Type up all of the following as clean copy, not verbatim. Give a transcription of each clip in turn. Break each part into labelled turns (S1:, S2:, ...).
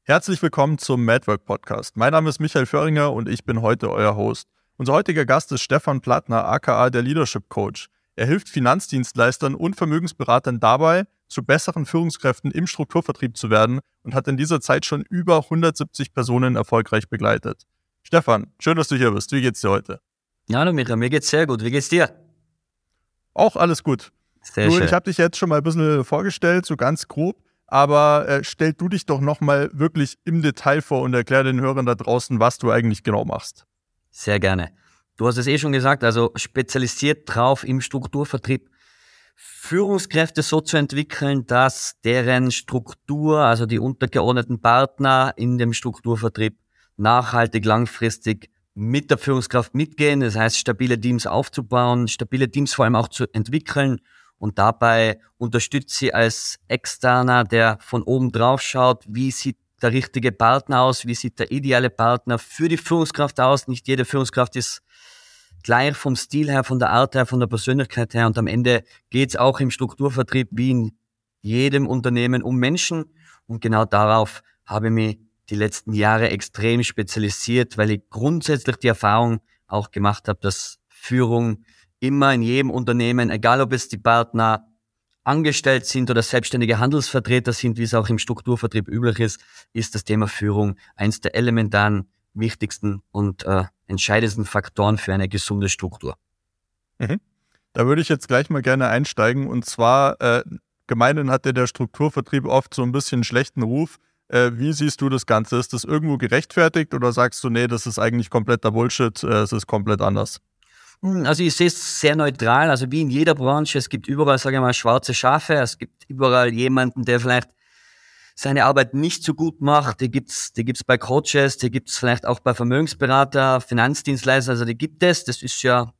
S1: Herzlich willkommen zum Madwork Podcast. Mein Name ist Michael Föhringer und ich bin heute euer Host. Unser heutiger Gast ist Stefan Plattner, aka der Leadership Coach. Er hilft Finanzdienstleistern und Vermögensberatern dabei, zu besseren Führungskräften im Strukturvertrieb zu werden und hat in dieser Zeit schon über 170 Personen erfolgreich begleitet. Stefan, schön, dass du hier bist. Wie geht's dir heute?
S2: Ja, hallo Michael, mir geht's sehr gut. Wie geht's dir?
S1: Auch alles gut.
S2: Sehr schön.
S1: Ich habe dich jetzt schon mal ein bisschen vorgestellt, so ganz grob. Aber stell du dich doch nochmal wirklich im Detail vor und erklär den Hörern da draußen, was du eigentlich genau machst.
S2: Sehr gerne. Du hast es schon gesagt, also spezialisiert drauf im Strukturvertrieb, Führungskräfte so zu entwickeln, dass deren Struktur, also die untergeordneten Partner in dem Strukturvertrieb nachhaltig, langfristig mit der Führungskraft mitgehen. Das heißt, stabile Teams aufzubauen, stabile Teams vor allem auch zu entwickeln. Und dabei unterstützt sie als Externer, der von oben drauf schaut, wie sieht der richtige Partner aus, wie sieht der ideale Partner für die Führungskraft aus. Nicht jede Führungskraft ist gleich vom Stil her, von der Art her, von der Persönlichkeit her. Und am Ende geht es auch im Strukturvertrieb wie in jedem Unternehmen um Menschen. Und genau darauf habe ich mich die letzten Jahre extrem spezialisiert, weil ich grundsätzlich die Erfahrung auch gemacht habe, dass Führung immer in jedem Unternehmen, egal ob es die Partner angestellt sind oder selbstständige Handelsvertreter sind, wie es auch im Strukturvertrieb üblich ist das Thema Führung eines der elementaren, wichtigsten und entscheidendsten Faktoren für eine gesunde Struktur.
S1: Mhm. Da würde ich jetzt gleich mal gerne einsteigen. Und zwar, gemeinhin hat der Strukturvertrieb oft so ein bisschen einen schlechten Ruf. Wie siehst du das Ganze? Ist das irgendwo gerechtfertigt oder sagst du, nee, das ist eigentlich kompletter Bullshit, es ist komplett anders?
S2: Also ich sehe es sehr neutral, also wie in jeder Branche, es gibt überall, sage ich mal, schwarze Schafe, es gibt überall jemanden, der vielleicht seine Arbeit nicht so gut macht, die gibt's bei Coaches, die gibt's vielleicht auch bei Vermögensberater, Finanzdienstleister, also die gibt es, das ist ja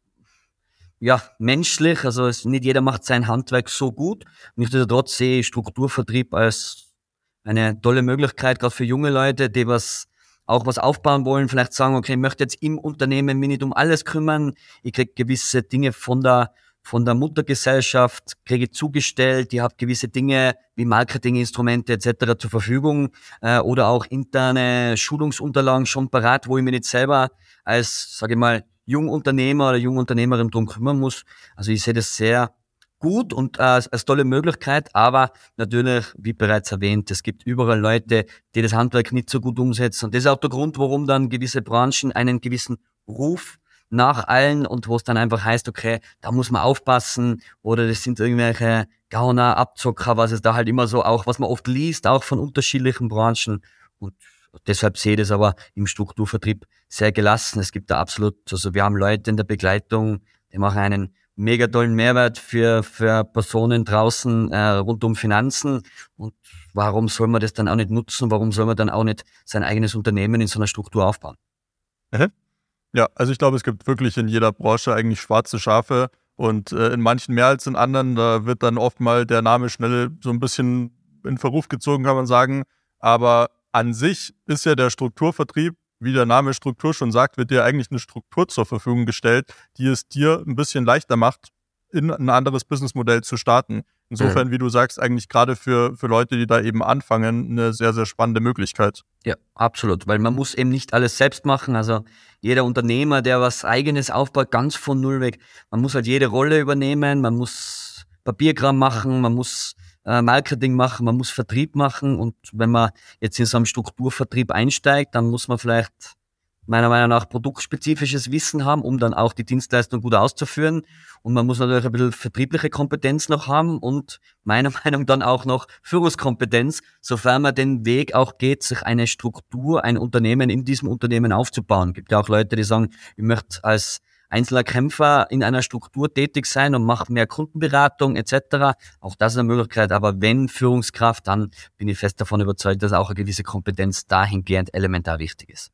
S2: menschlich, also nicht jeder macht sein Handwerk so gut. Nichtsdestotrotz sehe ich Strukturvertrieb als eine tolle Möglichkeit, gerade für junge Leute, die was aufbauen wollen, vielleicht sagen, okay, ich möchte jetzt im Unternehmen mich nicht um alles kümmern, ich kriege gewisse Dinge von der Muttergesellschaft, kriege zugestellt, ich habe gewisse Dinge wie Marketinginstrumente etc. zur Verfügung oder auch interne Schulungsunterlagen schon parat, wo ich mich nicht selber als, sage ich mal, Jungunternehmer oder Jungunternehmerin drum kümmern muss. Also ich sehe das sehr gut und als tolle Möglichkeit, aber natürlich, wie bereits erwähnt, es gibt überall Leute, die das Handwerk nicht so gut umsetzen. Und das ist auch der Grund, warum dann gewisse Branchen einen gewissen Ruf nacheilen und wo es dann einfach heißt, okay, da muss man aufpassen oder das sind irgendwelche Gauner, Abzocker, was es da halt immer so auch, was man oft liest, auch von unterschiedlichen Branchen. Und deshalb sehe ich das aber im Strukturvertrieb sehr gelassen. Es gibt da absolut, also wir haben Leute in der Begleitung, die machen einen mega tollen Mehrwert für Personen draußen rund um Finanzen. Und warum soll man das dann auch nicht nutzen? Warum soll man dann auch nicht sein eigenes Unternehmen in so einer Struktur aufbauen?
S1: Mhm. Ja, also ich glaube, es gibt wirklich in jeder Branche eigentlich schwarze Schafe und in manchen mehr als in anderen. Da wird dann oft mal der Name schnell so ein bisschen in Verruf gezogen, kann man sagen. Aber an sich ist ja der Strukturvertrieb, wie der Name Struktur schon sagt, wird dir eigentlich eine Struktur zur Verfügung gestellt, die es dir ein bisschen leichter macht, in ein anderes Businessmodell zu starten. Insofern, wie du sagst, eigentlich gerade für Leute, die da eben anfangen, eine sehr, sehr spannende Möglichkeit.
S2: Ja, absolut, weil man muss eben nicht alles selbst machen. Also jeder Unternehmer, der was Eigenes aufbaut, ganz von Null weg. Man muss halt jede Rolle übernehmen, man muss Papierkram machen, man muss Marketing machen, man muss Vertrieb machen. Und wenn man jetzt in so einen Strukturvertrieb einsteigt, dann muss man vielleicht meiner Meinung nach produktspezifisches Wissen haben, um dann auch die Dienstleistung gut auszuführen. Und man muss natürlich ein bisschen vertriebliche Kompetenz noch haben und meiner Meinung nach dann auch noch Führungskompetenz, sofern man den Weg auch geht, sich eine Struktur, ein Unternehmen in diesem Unternehmen aufzubauen. Es gibt ja auch Leute, die sagen, ich möchte als einzelner Kämpfer in einer Struktur tätig sein und mache mehr Kundenberatung etc. Auch das ist eine Möglichkeit. Aber wenn Führungskraft, dann bin ich fest davon überzeugt, dass auch eine gewisse Kompetenz dahingehend elementar wichtig ist.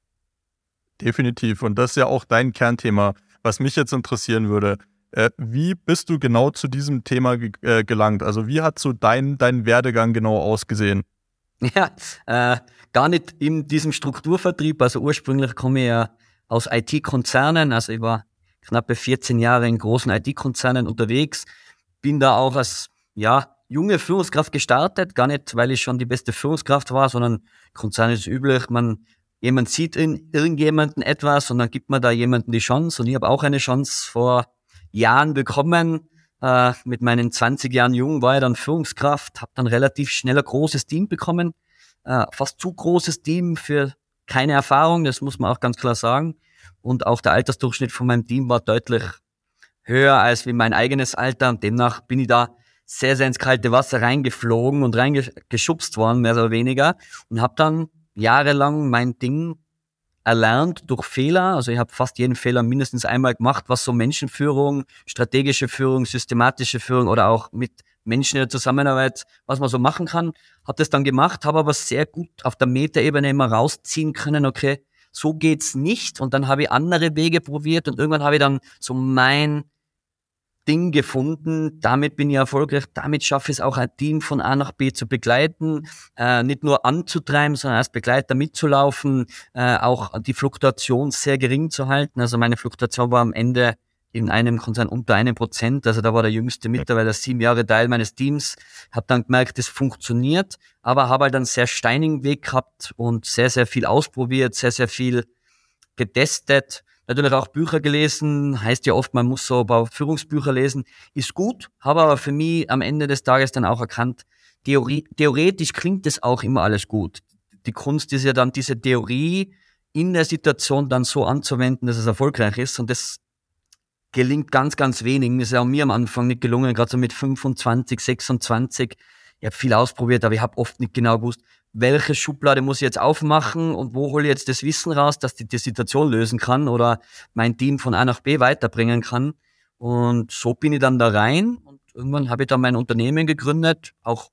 S1: Definitiv. Und das ist ja auch dein Kernthema, was mich jetzt interessieren würde. Wie bist du genau zu diesem Thema gelangt? Also wie hat so dein Werdegang genau ausgesehen?
S2: Ja, gar nicht in diesem Strukturvertrieb. Also ursprünglich komme ich ja aus IT-Konzernen. Also ich war knappe 14 Jahre in großen IT-Konzernen unterwegs. Bin da auch als junge Führungskraft gestartet, gar nicht, weil ich schon die beste Führungskraft war, sondern Konzern ist üblich, jemand sieht in irgendjemanden etwas und dann gibt man da jemanden die Chance, und ich habe auch eine Chance vor Jahren bekommen. Mit meinen 20 Jahren jung war ich dann Führungskraft, habe dann relativ schnell ein großes Team bekommen, fast zu großes Team für keine Erfahrung, das muss man auch ganz klar sagen, und auch der Altersdurchschnitt von meinem Team war deutlich höher als wie mein eigenes Alter, und demnach bin ich da sehr, sehr ins kalte Wasser reingeflogen und reingeschubst worden, mehr oder weniger, und habe dann jahrelang mein Ding erlernt durch Fehler. Also ich habe fast jeden Fehler mindestens einmal gemacht, was so Menschenführung, strategische Führung, systematische Führung oder auch mit Menschen in der Zusammenarbeit, was man so machen kann, habe das dann gemacht, habe aber sehr gut auf der Metaebene immer rausziehen können, okay, so geht's nicht, und dann habe ich andere Wege probiert und irgendwann habe ich dann so mein Ding gefunden, damit bin ich erfolgreich, damit schaffe ich es auch, ein Team von A nach B zu begleiten, nicht nur anzutreiben, sondern als Begleiter mitzulaufen, auch die Fluktuation sehr gering zu halten. Also meine Fluktuation war am Ende in einem Konzern unter 1%, also da war der jüngste Mitarbeiter 7 Jahre Teil meines Teams, habe dann gemerkt, es funktioniert, aber habe halt einen sehr steinigen Weg gehabt und sehr, sehr viel ausprobiert, sehr, sehr viel getestet. Natürlich auch Bücher gelesen, heißt ja oft, man muss so ein paar Führungsbücher lesen, ist gut, habe aber für mich am Ende des Tages dann auch erkannt, theoretisch klingt das auch immer alles gut. Die Kunst ist ja dann, diese Theorie in der Situation dann so anzuwenden, dass es erfolgreich ist, und das gelingt ganz, ganz wenigen. Das ist ja auch mir am Anfang nicht gelungen, gerade so mit 25, 26. Ich habe viel ausprobiert, aber ich habe oft nicht genau gewusst, welche Schublade muss ich jetzt aufmachen und wo hole ich jetzt das Wissen raus, dass die Situation lösen kann oder mein Team von A nach B weiterbringen kann. Und so bin ich dann da rein, und irgendwann habe ich dann mein Unternehmen gegründet, auch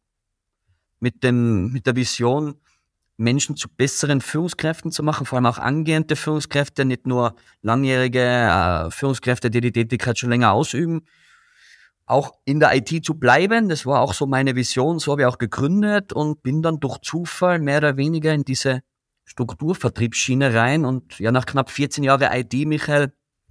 S2: mit der Vision, Menschen zu besseren Führungskräften zu machen, vor allem auch angehende Führungskräfte, nicht nur langjährige Führungskräfte, die Tätigkeit schon länger ausüben, auch in der IT zu bleiben. Das war auch so meine Vision, so habe ich auch gegründet und bin dann durch Zufall mehr oder weniger in diese Strukturvertriebsschiene rein, und ja, nach knapp 14 Jahren IT, Michael,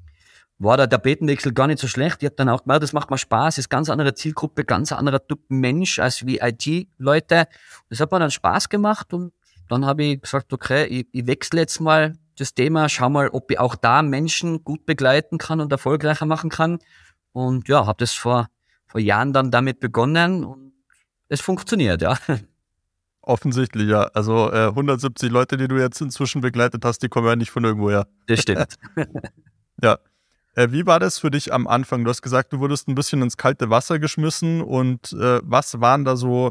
S2: war der Tapetenwechsel gar nicht so schlecht. Ich habe dann auch gemerkt, das macht mir Spaß, ist ganz andere Zielgruppe, ganz anderer Typ Mensch als wie IT-Leute. Das hat mir dann Spaß gemacht, und dann habe ich gesagt, okay, ich wechsle jetzt mal das Thema, schau mal, ob ich auch da Menschen gut begleiten kann und erfolgreicher machen kann. Und ja, habe das vor Jahren dann damit begonnen, und es funktioniert, ja.
S1: Offensichtlich, ja. Also 170 Leute, die du jetzt inzwischen begleitet hast, die kommen ja nicht von irgendwoher.
S2: Das stimmt.
S1: Ja. Wie war das für dich am Anfang? Du hast gesagt, du wurdest ein bisschen ins kalte Wasser geschmissen, und was waren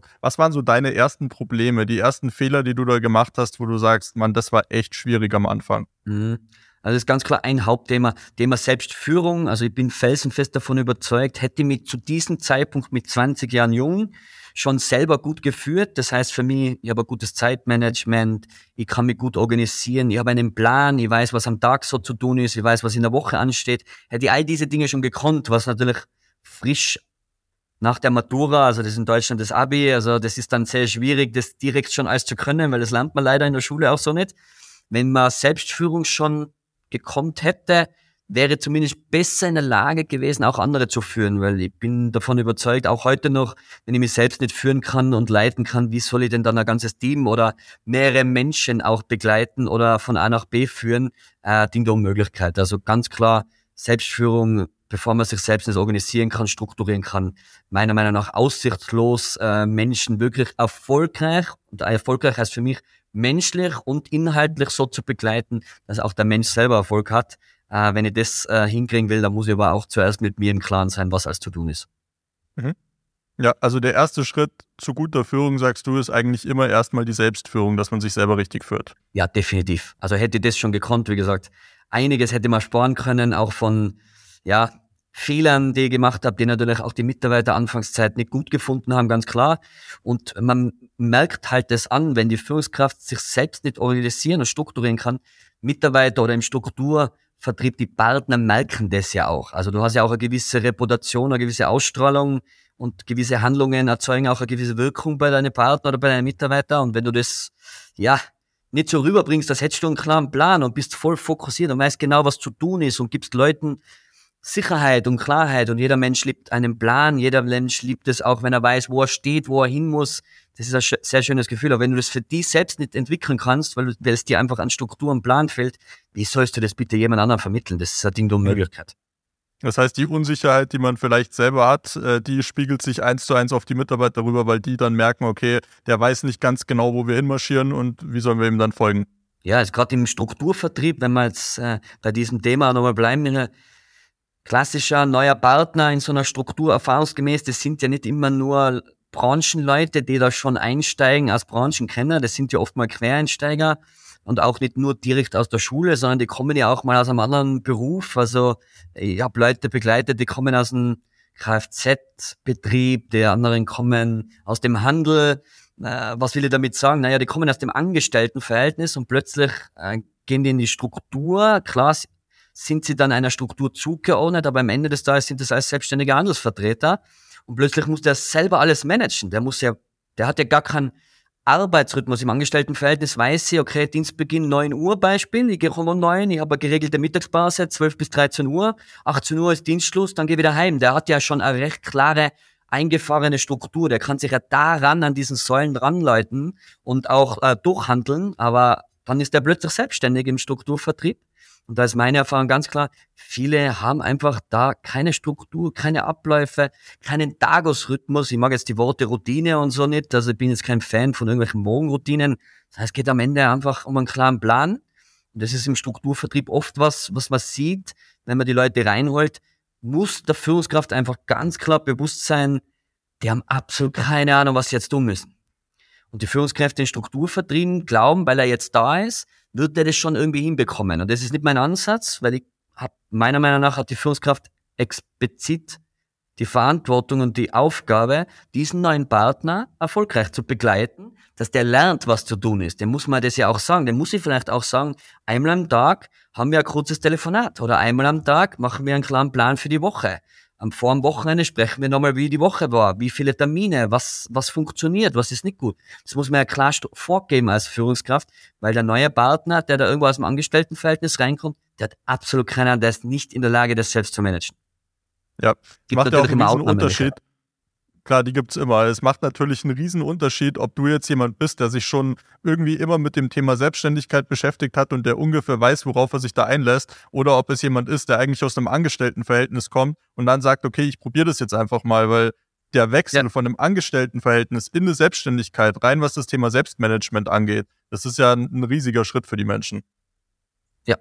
S1: so deine ersten Probleme, die ersten Fehler, die du da gemacht hast, wo du sagst, Mann, das war echt schwierig am Anfang?
S2: Also das ist ganz klar ein Hauptthema, Thema Selbstführung. Also ich bin felsenfest davon überzeugt, hätte ich mich zu diesem Zeitpunkt mit 20 Jahren jung schon selber gut geführt. Das heißt für mich, ich habe ein gutes Zeitmanagement, ich kann mich gut organisieren, ich habe einen Plan, ich weiß, was am Tag so zu tun ist, ich weiß, was in der Woche ansteht. Hätte ich all diese Dinge schon gekonnt, was natürlich frisch nach der Matura, also das ist in Deutschland das Abi, also das ist dann sehr schwierig, das direkt schon alles zu können, weil das lernt man leider in der Schule auch so nicht. Wenn man Selbstführung schon gekonnt hätte, wäre zumindest besser in der Lage gewesen, auch andere zu führen, weil ich bin davon überzeugt, auch heute noch, wenn ich mich selbst nicht führen kann und leiten kann, wie soll ich denn dann ein ganzes Team oder mehrere Menschen auch begleiten oder von A nach B führen? Ding der Unmöglichkeit. Also ganz klar, Selbstführung, bevor man sich selbst nicht organisieren kann, strukturieren kann, meiner Meinung nach aussichtslos, Menschen wirklich erfolgreich, und erfolgreich heißt für mich menschlich und inhaltlich so zu begleiten, dass auch der Mensch selber Erfolg hat. Wenn ich das hinkriegen will, dann muss ich aber auch zuerst mit mir im Klaren sein, was alles zu tun ist.
S1: Mhm. Ja, also der erste Schritt zu guter Führung, sagst du, ist eigentlich immer erstmal die Selbstführung, dass man sich selber richtig führt.
S2: Ja, definitiv. Also hätte ich das schon gekonnt, wie gesagt, einiges hätte man sparen können, auch von Fehlern, die ich gemacht habe, die natürlich auch die Mitarbeiter Anfangszeit nicht gut gefunden haben, ganz klar. Und man merkt halt das an, wenn die Führungskraft sich selbst nicht organisieren und strukturieren kann, Mitarbeiter oder im Strukturvertrieb, die Partner merken das ja auch. Also du hast ja auch eine gewisse Reputation, eine gewisse Ausstrahlung, und gewisse Handlungen erzeugen auch eine gewisse Wirkung bei deinen Partnern oder bei deinen Mitarbeitern. Und wenn du das, nicht so rüberbringst, als hättest du einen klaren Plan und bist voll fokussiert und weißt genau, was zu tun ist, und gibst Leuten Sicherheit und Klarheit und jeder Mensch liebt einen Plan, jeder Mensch liebt es auch, wenn er weiß, wo er steht, wo er hin muss. Das ist ein sehr schönes Gefühl. Aber wenn du das für dich selbst nicht entwickeln kannst, weil es dir einfach an Struktur und Plan fehlt, wie sollst du das bitte jemand anderem vermitteln? Das ist ein Ding der Unmöglichkeit.
S1: Das heißt, die Unsicherheit, die man vielleicht selber hat, die spiegelt sich 1:1 auf die Mitarbeiter rüber, weil die dann merken, okay, der weiß nicht ganz genau, wo wir hinmarschieren und wie sollen wir ihm dann folgen?
S2: Ja, also gerade im Strukturvertrieb, wenn wir jetzt bei diesem Thema nochmal bleiben, klassischer neuer Partner in so einer Struktur erfahrungsgemäß, das sind ja nicht immer nur Branchenleute, die da schon einsteigen als Branchenkenner, das sind ja oft mal Quereinsteiger und auch nicht nur direkt aus der Schule, sondern die kommen ja auch mal aus einem anderen Beruf. Also ich habe Leute begleitet, die kommen aus dem Kfz-Betrieb, die anderen kommen aus dem Handel. Was will ich damit sagen? Naja, die kommen aus dem Angestelltenverhältnis und plötzlich gehen die in die Struktur. Klar sind sie dann einer Struktur zugeordnet, aber am Ende des Tages sind das als selbstständige Handelsvertreter und plötzlich muss der selber alles managen. Der hat ja gar keinen Arbeitsrhythmus im Angestelltenverhältnis, weiß ich, okay, Dienstbeginn 9 Uhr Beispiel, ich gehe um 9, ich habe eine geregelte Mittagspause, 12 bis 13 Uhr, 18 Uhr ist Dienstschluss, dann gehe ich wieder heim. Der hat ja schon eine recht klare, eingefahrene Struktur, der kann sich ja daran an diesen Säulen ranleiten und auch durchhandeln, aber dann ist der plötzlich selbstständig im Strukturvertrieb. Und da ist meine Erfahrung ganz klar, viele haben einfach da keine Struktur, keine Abläufe, keinen Tagesrhythmus. Ich mag jetzt die Worte Routine und so nicht, also ich bin jetzt kein Fan von irgendwelchen Morgenroutinen. Das heißt, es geht am Ende einfach um einen klaren Plan. Und das ist im Strukturvertrieb oft was man sieht, wenn man die Leute reinholt, muss der Führungskraft einfach ganz klar bewusst sein, die haben absolut keine Ahnung, was sie jetzt tun müssen. Und die Führungskräfte in Strukturvertrieben glauben, weil er jetzt da ist, wird er das schon irgendwie hinbekommen. Und das ist nicht mein Ansatz, weil meiner Meinung nach hat die Führungskraft explizit die Verantwortung und die Aufgabe, diesen neuen Partner erfolgreich zu begleiten, dass der lernt, was zu tun ist. Dem muss man das ja auch sagen. Dem muss ich vielleicht auch sagen, einmal am Tag haben wir ein kurzes Telefonat oder einmal am Tag machen wir einen klaren Plan für die Woche. Vor dem Wochenende sprechen wir nochmal, wie die Woche war, wie viele Termine, was funktioniert, was ist nicht gut. Das muss man ja klar vorgeben als Führungskraft, weil der neue Partner, der da irgendwo aus dem Angestelltenverhältnis reinkommt, der hat absolut keine Ahnung, der ist nicht in der Lage, das selbst zu managen.
S1: Ja, macht ja auch einen riesen Unterschied. Klar, die gibt's immer. Es macht natürlich einen riesen Unterschied, ob du jetzt jemand bist, der sich schon irgendwie immer mit dem Thema Selbstständigkeit beschäftigt hat und der ungefähr weiß, worauf er sich da einlässt, oder ob es jemand ist, der eigentlich aus einem Angestelltenverhältnis kommt und dann sagt, okay, ich probiere das jetzt einfach mal, weil der Wechsel von einem Angestelltenverhältnis in eine Selbstständigkeit, rein was das Thema Selbstmanagement angeht, das ist ja ein riesiger Schritt für die Menschen.
S2: Ja.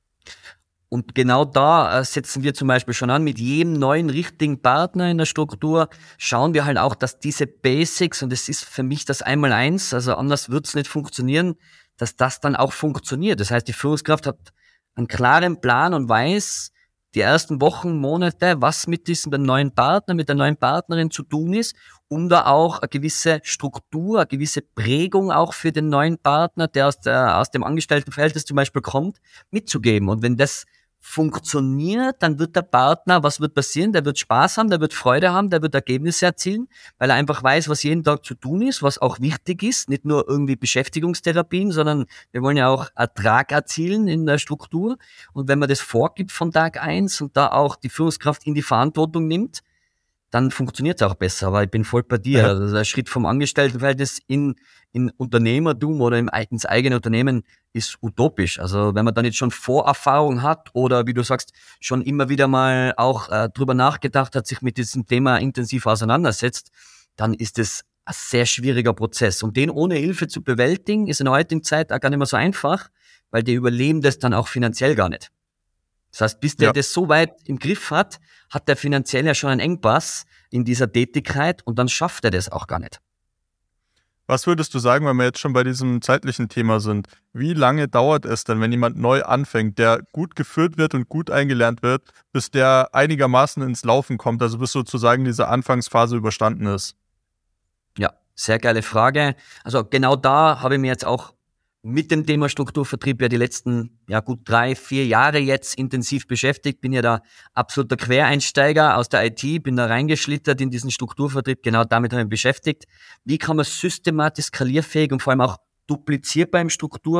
S2: Und genau da setzen wir zum Beispiel schon an, mit jedem neuen richtigen Partner in der Struktur schauen wir halt auch, dass diese Basics, und das ist für mich das Einmaleins, also anders wird's nicht funktionieren, dass das dann auch funktioniert. Das heißt, die Führungskraft hat einen klaren Plan und weiß die ersten Wochen, Monate, was mit diesem neuen Partner, mit der neuen Partnerin zu tun ist, um da auch eine gewisse Struktur, eine gewisse Prägung auch für den neuen Partner, der aus dem Angestelltenverhältnis zum Beispiel kommt, mitzugeben. Und wenn das funktioniert, dann wird der Partner, was wird passieren? Der wird Spaß haben, der wird Freude haben, der wird Ergebnisse erzielen, weil er einfach weiß, was jeden Tag zu tun ist, was auch wichtig ist, nicht nur irgendwie Beschäftigungstherapien, sondern wir wollen ja auch Ertrag erzielen in der Struktur. Und wenn man das vorgibt von Tag 1 und da auch die Führungskraft in die Verantwortung nimmt, dann funktioniert es auch besser. Aber ich bin voll bei dir. Also der Schritt vom Angestelltenverhältnis in Unternehmertum oder ins eigene Unternehmen ist utopisch. Also wenn man da nicht schon Vorerfahrung hat oder wie du sagst, schon immer wieder mal auch drüber nachgedacht hat, sich mit diesem Thema intensiv auseinandersetzt, dann ist es ein sehr schwieriger Prozess. Und den ohne Hilfe zu bewältigen, ist in der heutigen Zeit auch gar nicht mehr so einfach, weil die überleben das dann auch finanziell gar nicht. Das heißt, bis der das so weit im Griff hat, hat der finanziell ja schon einen Engpass in dieser Tätigkeit und dann schafft er das auch gar nicht.
S1: Was würdest du sagen, wenn wir jetzt schon bei diesem zeitlichen Thema sind? Wie lange dauert es denn, wenn jemand neu anfängt, der gut geführt wird und gut eingelernt wird, bis der einigermaßen ins Laufen kommt, also bis sozusagen diese Anfangsphase überstanden ist?
S2: Ja, sehr geile Frage. Also genau da habe ich mir jetzt auch mit dem Thema Strukturvertrieb ja die letzten gut 3-4 Jahre jetzt intensiv beschäftigt. Bin ja da absoluter Quereinsteiger aus der IT, bin da reingeschlittert in diesen Strukturvertrieb, genau damit habe ich mich beschäftigt. Wie kann man systematisch skalierfähig und vor allem auch duplizierbar im Strukturvertrieb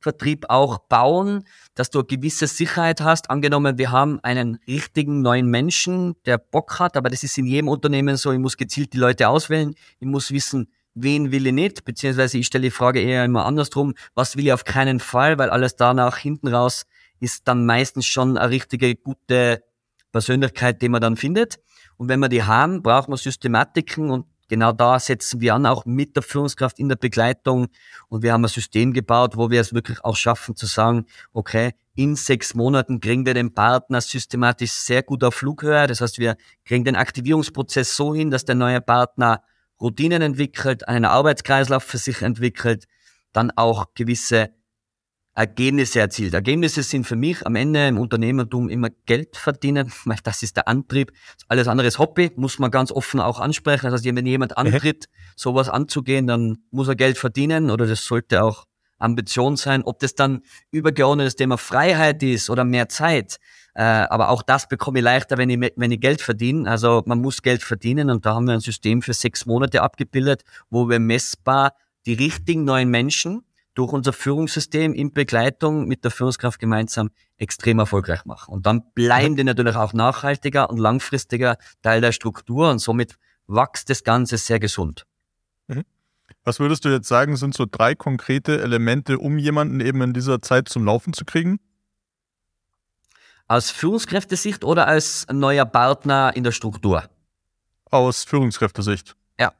S2: Vertrieb auch bauen, dass du eine gewisse Sicherheit hast. Angenommen, wir haben einen richtigen neuen Menschen, der Bock hat, aber das ist in jedem Unternehmen so, ich muss gezielt die Leute auswählen, ich muss wissen, wen will ich nicht, beziehungsweise ich stelle die Frage eher immer andersrum, was will ich auf keinen Fall, weil alles danach hinten raus ist dann meistens schon eine richtige, gute Persönlichkeit, die man dann findet. Und wenn wir die haben, brauchen wir Systematiken und genau da setzen wir an, auch mit der Führungskraft in der Begleitung. Und wir haben ein System gebaut, wo wir es wirklich auch schaffen zu sagen, okay, in 6 Monaten kriegen wir den Partner systematisch sehr gut auf Flughöhe. Das heißt, wir kriegen den Aktivierungsprozess so hin, dass der neue Partner Routinen entwickelt, einen Arbeitskreislauf für sich entwickelt, dann auch gewisse Ergebnisse erzielt. Ergebnisse sind für mich am Ende im Unternehmertum immer Geld verdienen, weil das ist der Antrieb. Alles andere ist Hobby, muss man ganz offen auch ansprechen. Das heißt, wenn jemand antritt, sowas anzugehen, dann muss er Geld verdienen oder das sollte auch Ambition sein. Ob das dann übergeordnetes Thema Freiheit ist oder mehr Zeit, aber auch das bekomme ich leichter, wenn ich Geld verdiene. Also man muss Geld verdienen und da haben wir ein System für 6 Monate abgebildet, wo wir messbar die richtigen neuen Menschen durch unser Führungssystem in Begleitung mit der Führungskraft gemeinsam extrem erfolgreich machen. Und dann bleiben die natürlich auch nachhaltiger und langfristiger Teil der Struktur und somit wächst das Ganze sehr gesund.
S1: Was würdest du jetzt sagen, sind so 3 konkrete Elemente, um jemanden eben in dieser Zeit zum Laufen zu kriegen?
S2: Aus Führungskräftesicht oder als neuer Partner in der Struktur?
S1: Aus Führungskräftesicht.
S2: Ja.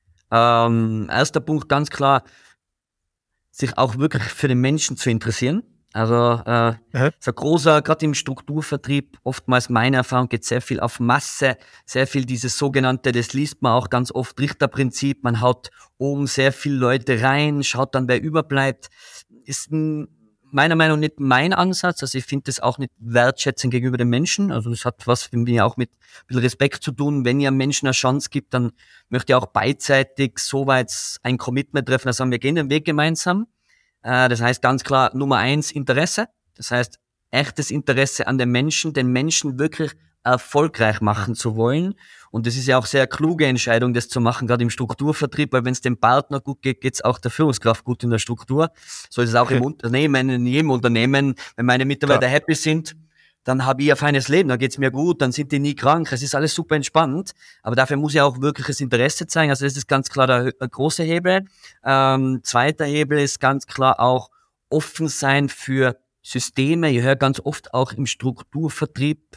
S2: Erster Punkt ganz klar, sich auch wirklich für den Menschen zu interessieren. Also ist ein großer, gerade im Strukturvertrieb, oftmals meine Erfahrung, geht sehr viel auf Masse, sehr viel dieses sogenannte, das liest man auch ganz oft, Richterprinzip, man haut oben sehr viele Leute rein, schaut dann, wer überbleibt. Ist meiner Meinung nach nicht mein Ansatz, also ich finde das auch nicht wertschätzend gegenüber den Menschen, also das hat was für mich auch mit ein bisschen Respekt zu tun. Wenn ihr einem Menschen eine Chance gibt, dann möchte ich auch beidseitig soweit ein Commitment treffen, dass wir sagen, wir gehen den Weg gemeinsam. Das heißt ganz klar, Nummer 1, Interesse. Das heißt, echtes Interesse an den Menschen wirklich erfolgreich machen zu wollen. Und das ist ja auch sehr kluge Entscheidung, das zu machen, gerade im Strukturvertrieb, weil wenn es dem Partner gut geht, geht es auch der Führungskraft gut in der Struktur. So ist es auch im Unternehmen, in jedem Unternehmen. Wenn meine Mitarbeiter happy sind, dann habe ich ein feines Leben, dann geht's mir gut, dann sind die nie krank, es ist alles super entspannt. Aber dafür muss ich auch wirkliches Interesse zeigen. Also das ist ganz klar der große Hebel. Zweiter Hebel ist ganz klar auch offen sein für Systeme. Ich höre ganz oft auch im Strukturvertrieb,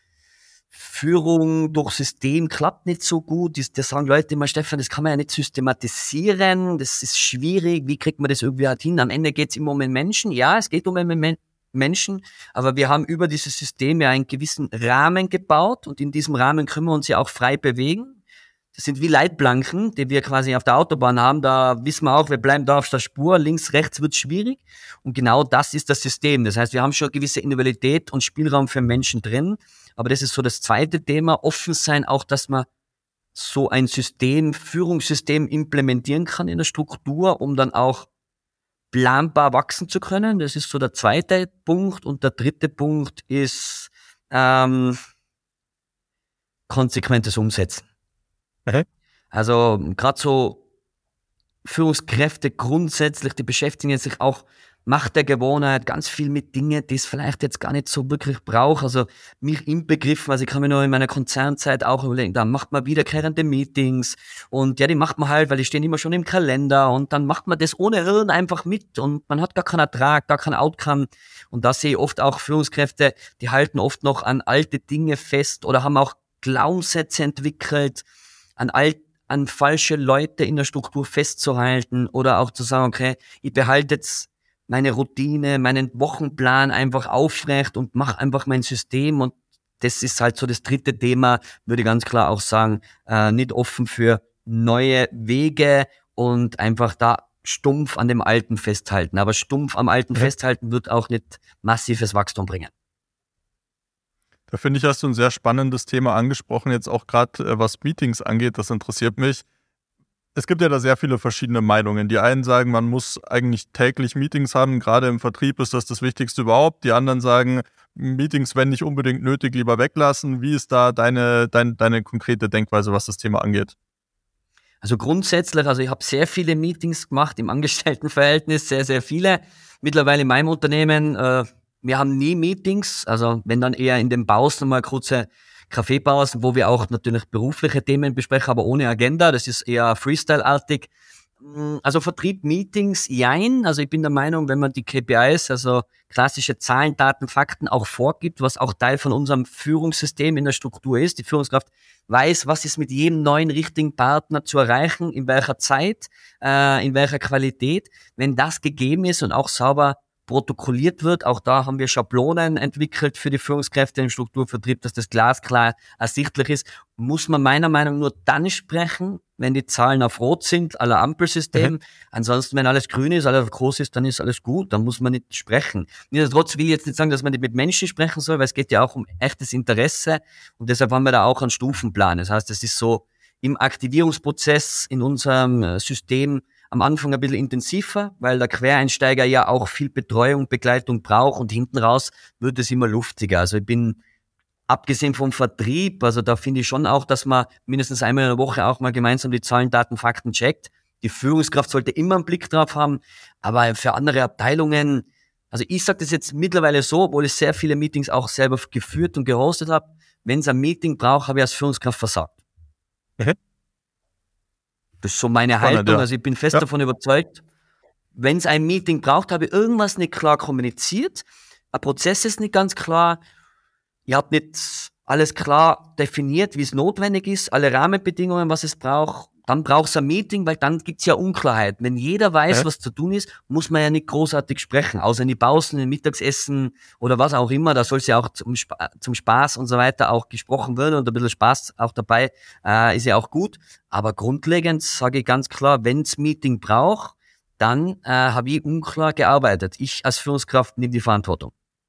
S2: Führung durch System klappt nicht so gut. Das sagen Leute immer, Stefan, das kann man ja nicht systematisieren, das ist schwierig, wie kriegt man das irgendwie halt hin? Am Ende geht's immer um den Menschen. Ja, es geht um den Menschen, aber wir haben über dieses System ja einen gewissen Rahmen gebaut und in diesem Rahmen können wir uns ja auch frei bewegen. Das sind wie Leitplanken, die wir quasi auf der Autobahn haben. Da wissen wir auch, wir bleiben da auf der Spur. Links, rechts wird schwierig. Und genau das ist das System. Das heißt, wir haben schon eine gewisse Individualität und Spielraum für Menschen drin. Aber das ist so das zweite Thema. Offen sein, auch, dass man so ein System, Führungssystem implementieren kann in der Struktur, um dann auch planbar wachsen zu können. Das ist so der zweite Punkt. Und der dritte Punkt ist konsequentes Umsetzen. Also gerade so Führungskräfte grundsätzlich, die beschäftigen sich auch Macht der Gewohnheit ganz viel mit Dingen, die es vielleicht jetzt gar nicht so wirklich braucht. Also mich inbegriffen, also ich kann mir noch in meiner Konzernzeit auch überlegen, da macht man wiederkehrende Meetings und ja, die macht man halt, weil die stehen immer schon im Kalender und dann macht man das ohne Hirn einfach mit und man hat gar keinen Ertrag, gar kein Outcome. Und da sehe ich oft auch Führungskräfte, die halten oft noch an alte Dinge fest oder haben auch Glaubenssätze entwickelt, an falsche Leute in der Struktur festzuhalten oder auch zu sagen, okay, ich behalte jetzt meine Routine, meinen Wochenplan einfach aufrecht und mache einfach mein System und das ist halt so das dritte Thema, würde ich ganz klar auch sagen, nicht offen für neue Wege und einfach da stumpf an dem Alten festhalten. Aber stumpf am Alten festhalten wird auch nicht massives Wachstum bringen.
S1: Da finde ich, hast du ein sehr spannendes Thema angesprochen, jetzt auch gerade was Meetings angeht, das interessiert mich. Es gibt ja da sehr viele verschiedene Meinungen. Die einen sagen, man muss eigentlich täglich Meetings haben, gerade im Vertrieb ist das Wichtigste überhaupt. Die anderen sagen, Meetings, wenn nicht unbedingt nötig, lieber weglassen. Wie ist da deine konkrete Denkweise, was das Thema angeht?
S2: Also grundsätzlich, also ich habe sehr viele Meetings gemacht im Angestelltenverhältnis, sehr, sehr viele. mittlerweile in meinem Unternehmen, wir haben nie Meetings, also wenn dann eher in den Pausen mal kurze Kaffeepausen, wo wir auch natürlich berufliche Themen besprechen, aber ohne Agenda, das ist eher Freestyle-artig. Also Vertrieb, Meetings, jein. Also ich bin der Meinung, wenn man die KPIs, also klassische Zahlen, Daten, Fakten auch vorgibt, was auch Teil von unserem Führungssystem in der Struktur ist. Die Führungskraft weiß, was ist mit jedem neuen richtigen Partner zu erreichen, in welcher Zeit, in welcher Qualität. Wenn das gegeben ist und auch sauber protokolliert wird, auch da haben wir Schablonen entwickelt für die Führungskräfte im Strukturvertrieb, dass das glasklar ersichtlich ist, muss man meiner Meinung nach nur dann sprechen, wenn die Zahlen auf Rot sind, à la Ampelsystem. Ansonsten, wenn alles grün ist, alles groß ist, dann ist alles gut, dann muss man nicht sprechen. Nichtsdestotrotz will ich jetzt nicht sagen, dass man nicht mit Menschen sprechen soll, weil es geht ja auch um echtes Interesse und deshalb haben wir da auch einen Stufenplan. Das heißt, es ist so im Aktivierungsprozess in unserem System am Anfang ein bisschen intensiver, weil der Quereinsteiger ja auch viel Betreuung, Begleitung braucht und hinten raus wird es immer luftiger. Also ich bin, abgesehen vom Vertrieb, also da finde ich schon auch, dass man mindestens einmal in der Woche auch mal gemeinsam die Zahlen, Daten, Fakten checkt. Die Führungskraft sollte immer einen Blick drauf haben, aber für andere Abteilungen, also ich sage das jetzt mittlerweile so, obwohl ich sehr viele Meetings auch selber geführt und gehostet habe, wenn es ein Meeting braucht, habe ich als Führungskraft versagt. Das ist so meine Haltung, also ich bin fest davon überzeugt, wenn es ein Meeting braucht, habe ich irgendwas nicht klar kommuniziert, ein Prozess ist nicht ganz klar, ihr habt nicht alles klar definiert, wie es notwendig ist, alle Rahmenbedingungen, was es braucht, dann braucht es ein Meeting, weil dann gibt's ja Unklarheit. Wenn jeder weiß, was zu tun ist, muss man ja nicht großartig sprechen, außer in die Pausen, in Mittagsessen oder was auch immer, da soll es ja auch zum Spaß und so weiter auch gesprochen werden und ein bisschen Spaß auch dabei ist ja auch gut. Aber grundlegend sage ich ganz klar, wenn's Meeting braucht, dann habe ich unklar gearbeitet. Ich als Führungskraft nehme die Verantwortung.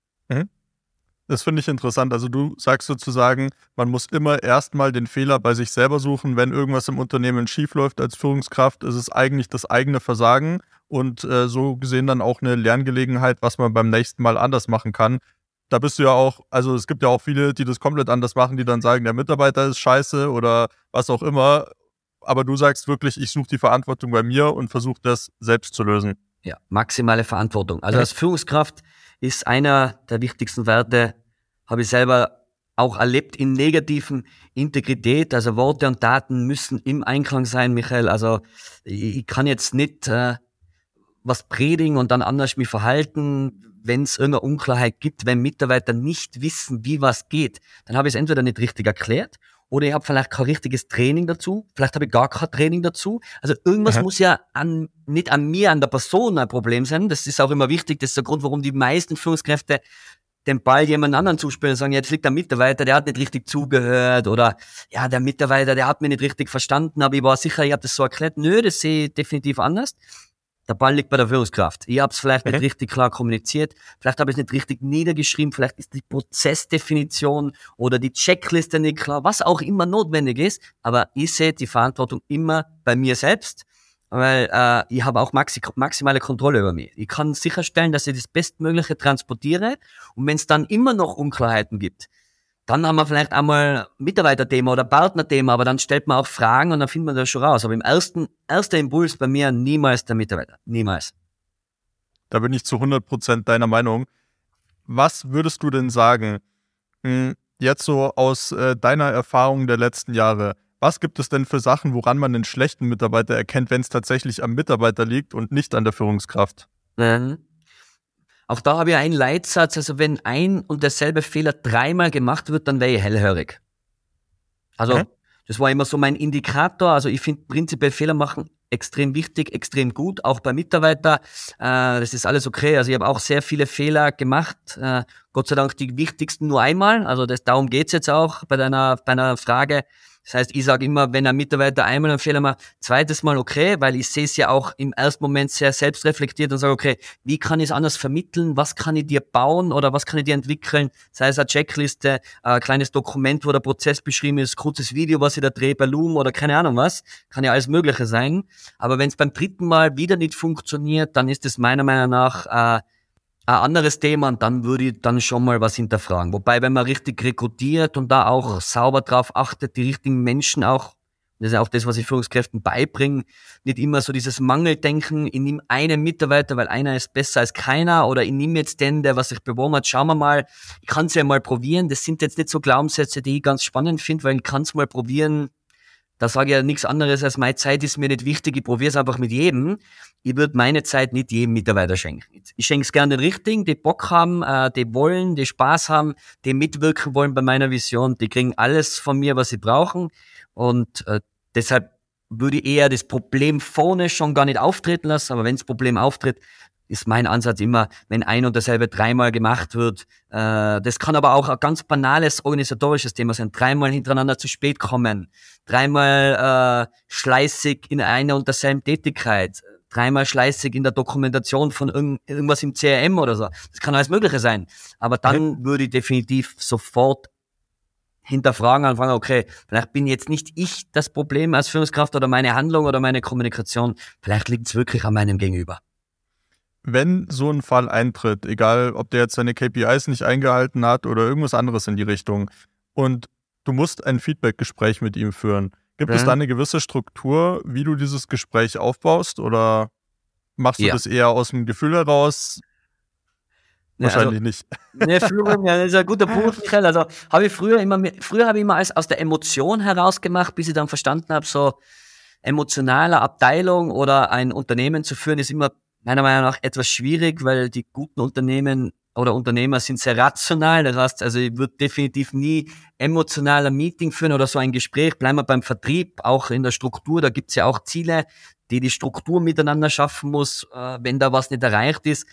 S1: Das finde ich interessant. Also du sagst sozusagen, man muss immer erstmal den Fehler bei sich selber suchen. Wenn irgendwas im Unternehmen schiefläuft als Führungskraft, ist es eigentlich das eigene Versagen und so gesehen dann auch eine Lerngelegenheit, was man beim nächsten Mal anders machen kann. Da bist du ja auch, also es gibt ja auch viele, die das komplett anders machen, die dann sagen, der Mitarbeiter ist scheiße oder was auch immer. Aber du sagst wirklich, ich suche die Verantwortung bei mir und versuche das selbst zu lösen.
S2: Ja, maximale Verantwortung. Also als Führungskraft ist einer der wichtigsten Werte, habe ich selber auch erlebt, in negativen Integrität. Also Worte und Taten müssen im Einklang sein, Michael. Also ich kann jetzt nicht was predigen und dann anders mich verhalten, wenn es irgendeine Unklarheit gibt, wenn Mitarbeiter nicht wissen, wie was geht. Dann habe ich es entweder nicht richtig erklärt oder ich habe vielleicht kein richtiges Training dazu, vielleicht habe ich gar kein Training dazu. Also irgendwas muss ja nicht an mir, an der Person ein Problem sein. Das ist auch immer wichtig, das ist der Grund, warum die meisten Führungskräfte den Ball jemand anderen zuspielen und sagen, jetzt liegt der Mitarbeiter, der hat nicht richtig zugehört oder ja, der Mitarbeiter, der hat mich nicht richtig verstanden, aber ich war sicher, ich habe das so erklärt. Nö, das sehe ich definitiv anders. Der Ball liegt bei der Führungskraft. Ich habe es vielleicht nicht richtig klar kommuniziert, vielleicht habe ich es nicht richtig niedergeschrieben, vielleicht ist die Prozessdefinition oder die Checkliste nicht klar, was auch immer notwendig ist, aber ich sehe die Verantwortung immer bei mir selbst, weil ich habe auch maximale Kontrolle über mich. Ich kann sicherstellen, dass ich das Bestmögliche transportiere und wenn es dann immer noch Unklarheiten gibt, dann haben wir vielleicht einmal Mitarbeiterthema oder Partnerthema, aber dann stellt man auch Fragen und dann findet man das schon raus. Aber erster Impuls bei mir niemals der Mitarbeiter. Niemals.
S1: Da bin ich zu 100% deiner Meinung. Was würdest du denn sagen, jetzt so aus deiner Erfahrung der letzten Jahre, was gibt es denn für Sachen, woran man einen schlechten Mitarbeiter erkennt, wenn es tatsächlich am Mitarbeiter liegt und nicht an der Führungskraft?
S2: Auch da habe ich einen Leitsatz, also wenn ein und derselbe Fehler dreimal gemacht wird, dann wäre ich hellhörig. Also das war immer so mein Indikator, also ich finde prinzipiell Fehler machen extrem wichtig, extrem gut, auch bei Mitarbeitern, das ist alles okay, also ich habe auch sehr viele Fehler gemacht, Gott sei Dank die wichtigsten nur einmal, also darum geht's jetzt auch bei deiner Frage. Das heißt, ich sage immer, wenn ein Mitarbeiter einmal einen Fehler macht, zweites Mal okay, weil ich sehe es ja auch im ersten Moment sehr selbstreflektiert und sage, okay, wie kann ich es anders vermitteln? Was kann ich dir bauen oder was kann ich dir entwickeln? Sei es eine Checkliste, ein kleines Dokument, wo der Prozess beschrieben ist, kurzes Video, was ich da drehe bei Loom oder keine Ahnung was. Kann ja alles Mögliche sein. Aber wenn es beim dritten Mal wieder nicht funktioniert, dann ist es meiner Meinung nach ein anderes Thema und dann würde ich dann schon mal was hinterfragen. Wobei, wenn man richtig rekrutiert und da auch sauber drauf achtet, die richtigen Menschen auch, Das ist auch das, was ich Führungskräften beibringe. Nicht immer so dieses Mangeldenken, ich nehme einen Mitarbeiter, weil einer ist besser als keiner, oder ich nehme jetzt den, der was sich beworben hat, schauen wir mal, ich kann es ja mal probieren. Das sind jetzt nicht so Glaubenssätze, die ich ganz spannend finde, weil ich kann es mal probieren. Da sage ich ja nichts anderes als, meine Zeit ist mir nicht wichtig, ich probiere es einfach mit jedem. Ich würde meine Zeit nicht jedem Mitarbeiter schenken. Ich schenke es gerne den Richtigen, die Bock haben, die wollen, die Spaß haben, die mitwirken wollen bei meiner Vision. Die kriegen alles von mir, was sie brauchen. Und deshalb würde ich eher das Problem vorne schon gar nicht auftreten lassen. Aber wenn das Problem auftritt, ist mein Ansatz immer, wenn ein und dasselbe dreimal gemacht wird. Das kann aber auch ein ganz banales organisatorisches Thema sein. Dreimal hintereinander zu spät kommen, dreimal schleißig in einer und derselben Tätigkeit, dreimal schleißig in der Dokumentation von irgendwas im CRM oder so. Das kann alles Mögliche sein. Aber dann würde ich definitiv sofort hinterfragen, anfangen, okay, vielleicht bin jetzt nicht ich das Problem als Führungskraft oder meine Handlung oder meine Kommunikation. Vielleicht liegt es wirklich an meinem Gegenüber.
S1: Wenn so ein Fall eintritt, egal ob der jetzt seine KPIs nicht eingehalten hat oder irgendwas anderes in die Richtung, und du musst ein Feedback-Gespräch mit ihm führen, gibt es da eine gewisse Struktur, wie du dieses Gespräch aufbaust, oder machst du das eher aus dem Gefühl heraus? Wahrscheinlich nicht.
S2: Ne, Führung, ja, das ist ein guter Punkt, Michael. Also habe ich früher habe ich immer alles aus der Emotion heraus gemacht, bis ich dann verstanden habe, so emotionale Abteilung oder ein Unternehmen zu führen, ist immer meiner Meinung nach etwas schwierig, weil die guten Unternehmen oder Unternehmer sind sehr rational. Das heißt, also ich würde definitiv nie emotional ein Meeting führen oder so ein Gespräch. Bleiben wir beim Vertrieb, auch in der Struktur. Da gibt's ja auch Ziele, die Struktur miteinander schaffen muss, wenn da was nicht erreicht ist.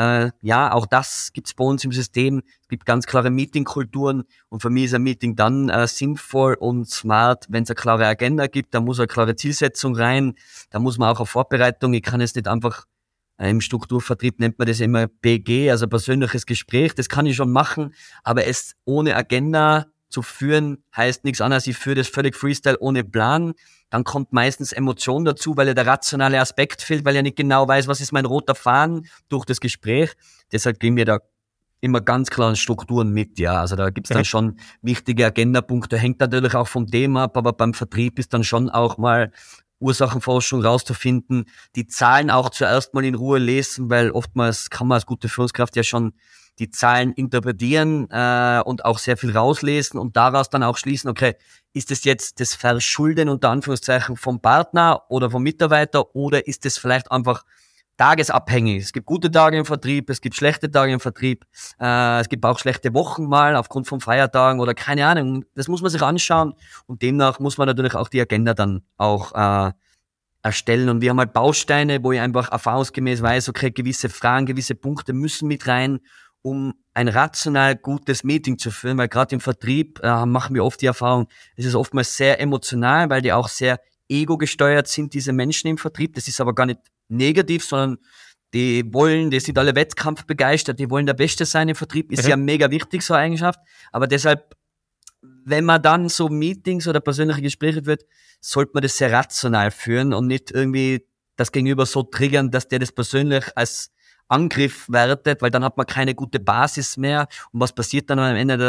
S2: Ja, auch das gibt's bei uns im System. Es gibt ganz klare Meetingkulturen, und für mich ist ein Meeting dann sinnvoll und smart, wenn es eine klare Agenda gibt. Da muss eine klare Zielsetzung rein. Da muss man auch auf Vorbereitung. Ich kann jetzt nicht einfach im Strukturvertrieb nennt man das immer PG, also persönliches Gespräch. Das kann ich schon machen, aber es ohne Agenda zu führen, heißt nichts anderes. Ich führe das völlig Freestyle ohne Plan. Dann kommt meistens Emotion dazu, weil ja der rationale Aspekt fehlt, weil ich nicht genau weiß, was ist mein roter Faden durch das Gespräch. Deshalb gehen wir da immer ganz klare Strukturen mit, ja. Also da gibt's dann schon wichtige Agendapunkte. Hängt natürlich auch vom Thema ab, aber beim Vertrieb ist dann schon auch mal Ursachenforschung rauszufinden, die Zahlen auch zuerst mal in Ruhe lesen, weil oftmals kann man als gute Führungskraft ja schon die Zahlen interpretieren und auch sehr viel rauslesen und daraus dann auch schließen, okay, ist es jetzt das Verschulden unter Anführungszeichen vom Partner oder vom Mitarbeiter, oder ist es vielleicht einfach tagesabhängig? Es gibt gute Tage im Vertrieb, es gibt schlechte Tage im Vertrieb, es gibt auch schlechte Wochen mal aufgrund von Feiertagen oder keine Ahnung. Das muss man sich anschauen, und demnach muss man natürlich auch die Agenda dann auch erstellen. Und wir haben halt Bausteine, wo ich einfach erfahrungsgemäß weiß, okay, gewisse Fragen, gewisse Punkte müssen mit rein, um ein rational gutes Meeting zu führen, weil gerade im Vertrieb machen wir oft die Erfahrung, es ist oftmals sehr emotional, weil die auch sehr ego-gesteuert sind, diese Menschen im Vertrieb. Das ist aber gar nicht negativ, sondern die sind alle wettkampfbegeistert, die wollen der Beste sein im Vertrieb, ist ja mega wichtig, so eine Eigenschaft. Aber deshalb, wenn man dann so Meetings oder persönliche Gespräche führt, sollte man das sehr rational führen und nicht irgendwie das Gegenüber so triggern, dass der das persönlich als Angriff wertet, weil dann hat man keine gute Basis mehr. Und was passiert dann am Ende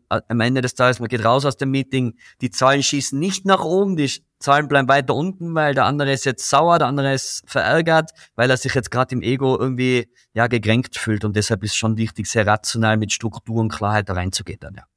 S2: des Tages? Man geht raus aus dem Meeting, die Zahlen schießen nicht nach oben, die Zahlen bleiben weiter unten, weil der andere ist jetzt sauer, der andere ist verärgert, weil er sich jetzt gerade im Ego irgendwie gekränkt fühlt. Und deshalb ist schon wichtig, sehr rational mit Struktur und Klarheit da reinzugehen dann, ja.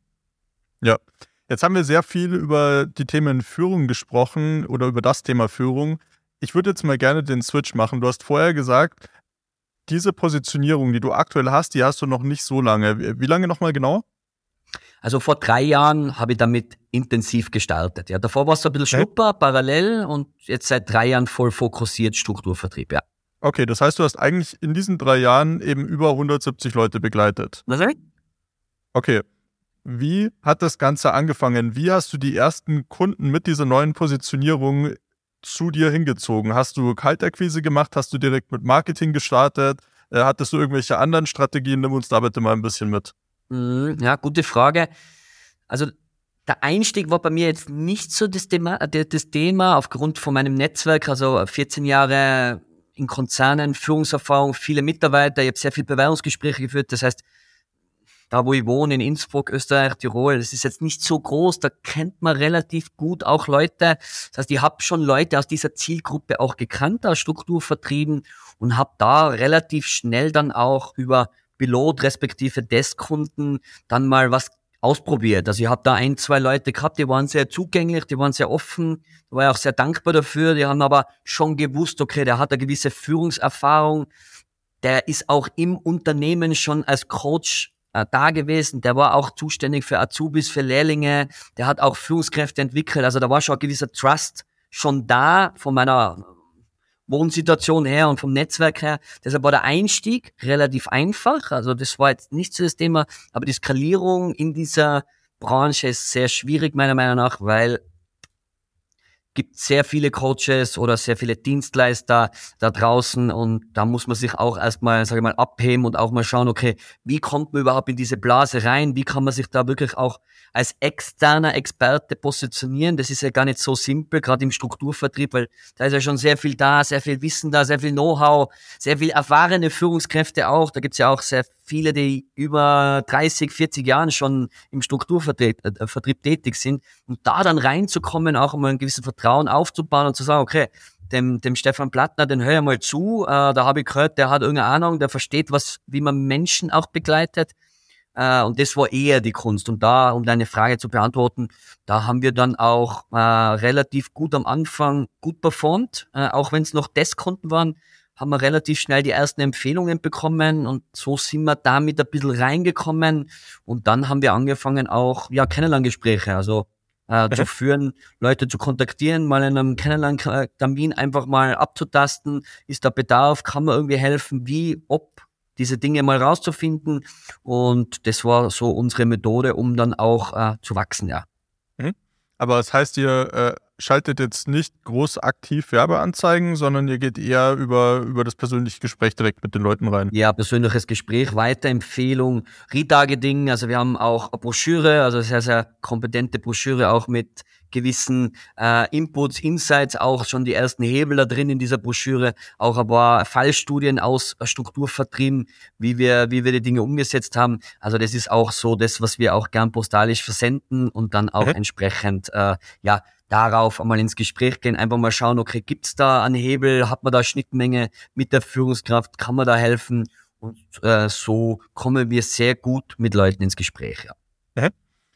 S1: Ja, jetzt haben wir sehr viel über die Themen Führung gesprochen oder über das Thema Führung. Ich würde jetzt mal gerne den Switch machen. Du hast vorher gesagt, diese Positionierung, die du aktuell hast, die hast du noch nicht so lange. Wie lange nochmal genau?
S2: Also vor 3 Jahren habe ich damit intensiv gestartet. Ja, davor war es so ein bisschen Schnupper, parallel, und jetzt seit 3 Jahren voll fokussiert Strukturvertrieb, ja.
S1: Okay, das heißt, du hast eigentlich in diesen 3 Jahren eben über 170 Leute begleitet.
S2: Was soll ich?
S1: Okay. Wie hat das Ganze angefangen? Wie hast du die ersten Kunden mit dieser neuen Positionierung zu dir hingezogen? Hast du Kaltakquise gemacht? Hast du direkt mit Marketing gestartet? Hattest du irgendwelche anderen Strategien? Nimm uns da bitte mal ein bisschen mit.
S2: Ja, gute Frage. Also der Einstieg war bei mir jetzt nicht so das Thema aufgrund von meinem Netzwerk, also 14 Jahre in Konzernen, Führungserfahrung, viele Mitarbeiter, ich habe sehr viele Bewerbungsgespräche geführt, das heißt, da wo ich wohne, in Innsbruck, Österreich, Tirol, das ist jetzt nicht so groß, da kennt man relativ gut auch Leute. Das heißt, ich habe schon Leute aus dieser Zielgruppe auch gekannt, aus Strukturvertrieben und habe da relativ schnell dann auch über Pilot respektive Testkunden dann mal was ausprobiert. Also ich habe da 1, 2 Leute gehabt, die waren sehr zugänglich, die waren sehr offen, da war ich auch sehr dankbar dafür, die haben aber schon gewusst, okay, der hat eine gewisse Führungserfahrung, der ist auch im Unternehmen schon als Coach da gewesen, der war auch zuständig für Azubis, für Lehrlinge, der hat auch Führungskräfte entwickelt, also da war schon ein gewisser Trust schon da von meiner Wohnsituation her und vom Netzwerk her. Deshalb war der Einstieg relativ einfach, also das war jetzt nicht so das Thema, aber die Skalierung in dieser Branche ist sehr schwierig meiner Meinung nach, weil gibt sehr viele Coaches oder sehr viele Dienstleister da draußen und da muss man sich auch erstmal, sage ich mal, abheben und auch mal schauen, okay, wie kommt man überhaupt in diese Blase rein? Wie kann man sich da wirklich auch als externer Experte positionieren? Das ist ja gar nicht so simpel, gerade im Strukturvertrieb, weil da ist ja schon sehr viel da, sehr viel Wissen da, sehr viel Know-how, sehr viel erfahrene Führungskräfte auch. Da gibt's ja auch sehr viele, die über 30, 40 Jahren schon im Strukturvertrieb Vertrieb tätig sind. Und da dann reinzukommen, auch um einen gewissen Vertrauen aufzubauen und zu sagen, okay, dem Stefan Plattner, den höre ich mal zu, da habe ich gehört, der hat irgendeine Ahnung, der versteht wie man Menschen auch begleitet. Und das war eher die Kunst. Und da, um deine Frage zu beantworten, da haben wir dann auch relativ gut am Anfang gut performt, auch wenn es noch Testkunden waren, haben wir relativ schnell die ersten Empfehlungen bekommen und so sind wir damit ein bisschen reingekommen und dann haben wir angefangen auch, Kennenlerngespräche, also zu führen, Leute zu kontaktieren, mal in einem Kennenlerntermin einfach mal abzutasten, ist da Bedarf, kann man irgendwie helfen, wie, ob, diese Dinge mal rauszufinden und das war so unsere Methode, um dann auch zu wachsen, ja.
S1: Mhm. Aber das heißt, ihr schaltet jetzt nicht groß aktiv Werbeanzeigen, sondern ihr geht eher über das persönliche Gespräch direkt mit den Leuten rein.
S2: Ja, persönliches Gespräch, Weiterempfehlung, Retargeting, also wir haben auch eine Broschüre, also sehr, sehr kompetente Broschüre, auch mit gewissen Inputs, Insights, auch schon die ersten Hebel da drin in dieser Broschüre, auch ein paar Fallstudien aus Strukturvertrieben, wie wir die Dinge umgesetzt haben. Also das ist auch so das, was wir auch gern postalisch versenden und dann auch entsprechend, darauf einmal ins Gespräch gehen, einfach mal schauen, okay, gibt's da einen Hebel, hat man da Schnittmenge mit der Führungskraft, kann man da helfen? Und so kommen wir sehr gut mit Leuten ins Gespräch, ja.
S1: Mhm.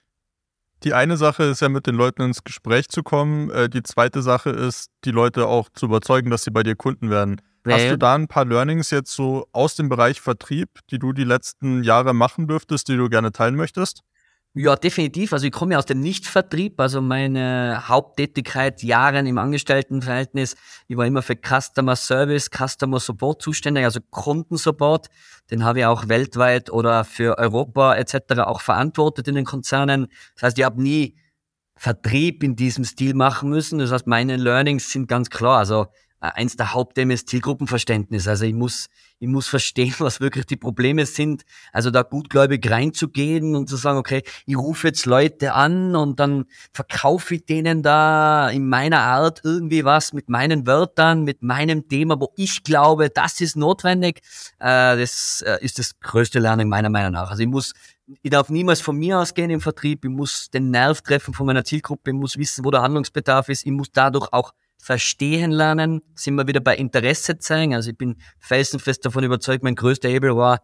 S1: Die eine Sache ist ja, mit den Leuten ins Gespräch zu kommen. Die zweite Sache ist, die Leute auch zu überzeugen, dass sie bei dir Kunden werden. Hast du da ein paar Learnings jetzt so aus dem Bereich Vertrieb, die du die letzten Jahre machen dürftest, die du gerne teilen möchtest?
S2: Ja, definitiv. Also ich komme ja aus dem Nichtvertrieb, also meine Haupttätigkeit Jahren im Angestelltenverhältnis. Ich war immer für Customer Service, Customer Support zuständig, also Kundensupport. Den habe ich auch weltweit oder für Europa etc. auch verantwortet in den Konzernen. Das heißt, ich habe nie Vertrieb in diesem Stil machen müssen. Das heißt, meine Learnings sind ganz klar. Also eins der Hauptthemen ist Zielgruppenverständnis. Also ich muss verstehen, was wirklich die Probleme sind. Also da gutgläubig reinzugehen und zu sagen, okay, ich rufe jetzt Leute an und dann verkaufe ich denen da in meiner Art irgendwie was mit meinen Wörtern, mit meinem Thema, wo ich glaube, das ist notwendig. Das ist das größte Lernen meiner Meinung nach. Also ich darf niemals von mir ausgehen im Vertrieb. Ich muss den Nerv treffen von meiner Zielgruppe. Ich muss wissen, wo der Handlungsbedarf ist. Ich muss dadurch auch verstehen lernen. Sind wir wieder bei Interesse zeigen. Also ich bin felsenfest davon überzeugt, mein größter Hebel war,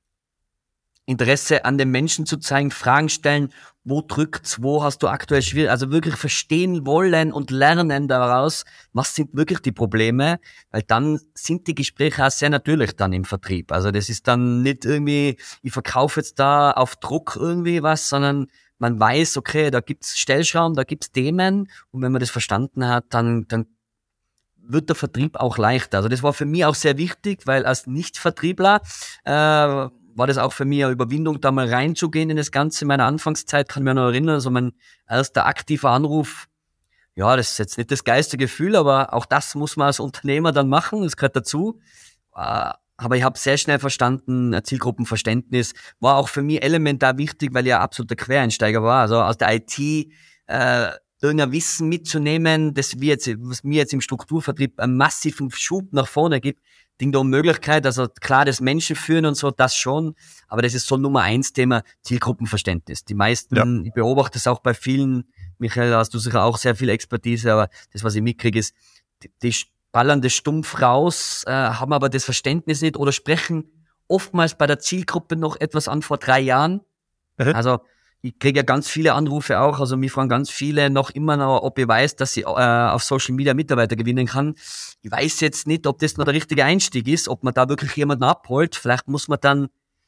S2: Interesse an den Menschen zu zeigen, Fragen stellen, wo drückt's, wo hast du aktuell schwierig, also wirklich verstehen wollen und lernen daraus, was sind wirklich die Probleme, weil dann sind die Gespräche auch sehr natürlich dann im Vertrieb. Also das ist dann nicht irgendwie, ich verkaufe jetzt da auf Druck irgendwie was, sondern man weiß, okay, da gibt's Stellschrauben, da gibt's Themen und wenn man das verstanden hat, dann wird der Vertrieb auch leichter. Also das war für mich auch sehr wichtig, weil als Nicht-Vertriebler war das auch für mich eine Überwindung, da mal reinzugehen in das Ganze. In meiner Anfangszeit kann ich mich noch erinnern, so mein erster aktiver Anruf, ja, das ist jetzt nicht das geilste Gefühl, aber auch das muss man als Unternehmer dann machen, das gehört dazu. Aber ich habe sehr schnell verstanden, Zielgruppenverständnis war auch für mich elementar wichtig, weil ich ja absoluter Quereinsteiger war, also aus der IT, irgendein Wissen mitzunehmen, was mir jetzt im Strukturvertrieb einen massiven Schub nach vorne gibt. Ding-Dong-Möglichkeit. Also klar, das Menschen führen und so, das schon. Aber das ist so Nummer 1 Thema, Zielgruppenverständnis. Die meisten, ich beobachte es auch bei vielen, Michael, da hast du sicher auch sehr viel Expertise, aber das, was ich mitkriege, ist, die ballern das stumpf raus, haben aber das Verständnis nicht oder sprechen oftmals bei der Zielgruppe noch etwas an vor 3 Jahren. Also ich kriege ja ganz viele Anrufe auch, also mich fragen ganz viele noch immer noch, ob ich weiß, dass ich auf Social Media Mitarbeiter gewinnen kann. Ich weiß jetzt nicht, ob das noch der richtige Einstieg ist, ob man da wirklich jemanden abholt. Vielleicht muss man dann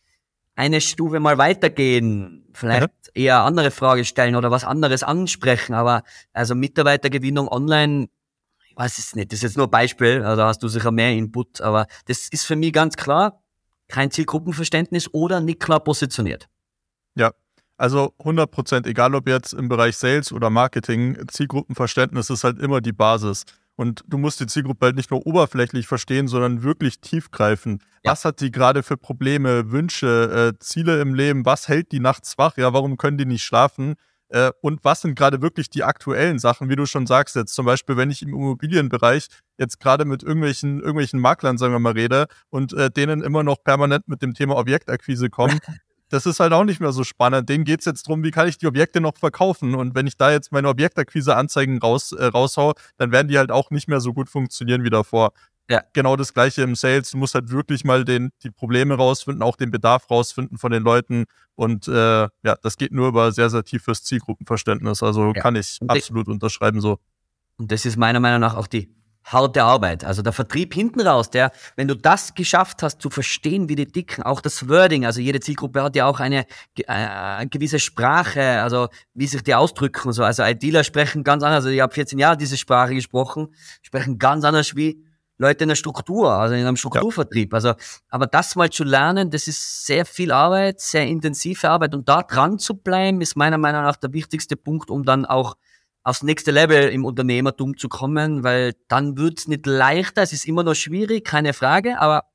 S2: eine Stufe mal weitergehen, vielleicht eher andere Frage stellen oder was anderes ansprechen. Aber also Mitarbeitergewinnung online, ich weiß es nicht, das ist jetzt nur ein Beispiel, also da hast du sicher mehr Input, aber das ist für mich ganz klar, kein Zielgruppenverständnis oder nicht klar positioniert.
S1: Ja, also 100%, egal ob jetzt im Bereich Sales oder Marketing, Zielgruppenverständnis ist halt immer die Basis. Und du musst die Zielgruppe halt nicht nur oberflächlich verstehen, sondern wirklich tiefgreifend. Ja. Was hat die gerade für Probleme, Wünsche, Ziele im Leben? Was hält die nachts wach? Ja, warum können die nicht schlafen? Und was sind gerade wirklich die aktuellen Sachen, wie du schon sagst jetzt? Zum Beispiel, wenn ich im Immobilienbereich jetzt gerade mit irgendwelchen Maklern, sagen wir mal, rede und denen immer noch permanent mit dem Thema Objektakquise kommen, das ist halt auch nicht mehr so spannend. Denen geht es jetzt darum, wie kann ich die Objekte noch verkaufen? Und wenn ich da jetzt meine Objektakquise-Anzeigen raushau, dann werden die halt auch nicht mehr so gut funktionieren wie davor. Ja. Genau das Gleiche im Sales. Du musst halt wirklich mal die Probleme rausfinden, auch den Bedarf rausfinden von den Leuten. Und das geht nur über sehr, sehr tiefes Zielgruppenverständnis. Also kann ich absolut unterschreiben so.
S2: Und das ist meiner Meinung nach auch die harte Arbeit. Also der Vertrieb hinten raus, wenn du das geschafft hast, zu verstehen, wie die ticken, auch das Wording, also jede Zielgruppe hat ja auch eine gewisse Sprache, also wie sich die ausdrücken und so. Also ITler sprechen ganz anders. Also ich habe 14 Jahre diese Sprache gesprochen, sprechen ganz anders wie Leute in der Struktur, also in einem Strukturvertrieb. Also, aber das mal zu lernen, das ist sehr viel Arbeit, sehr intensive Arbeit und da dran zu bleiben, ist meiner Meinung nach der wichtigste Punkt, um dann auch aufs nächste Level im Unternehmertum zu kommen, weil dann wird's nicht leichter, es ist immer noch schwierig, keine Frage, aber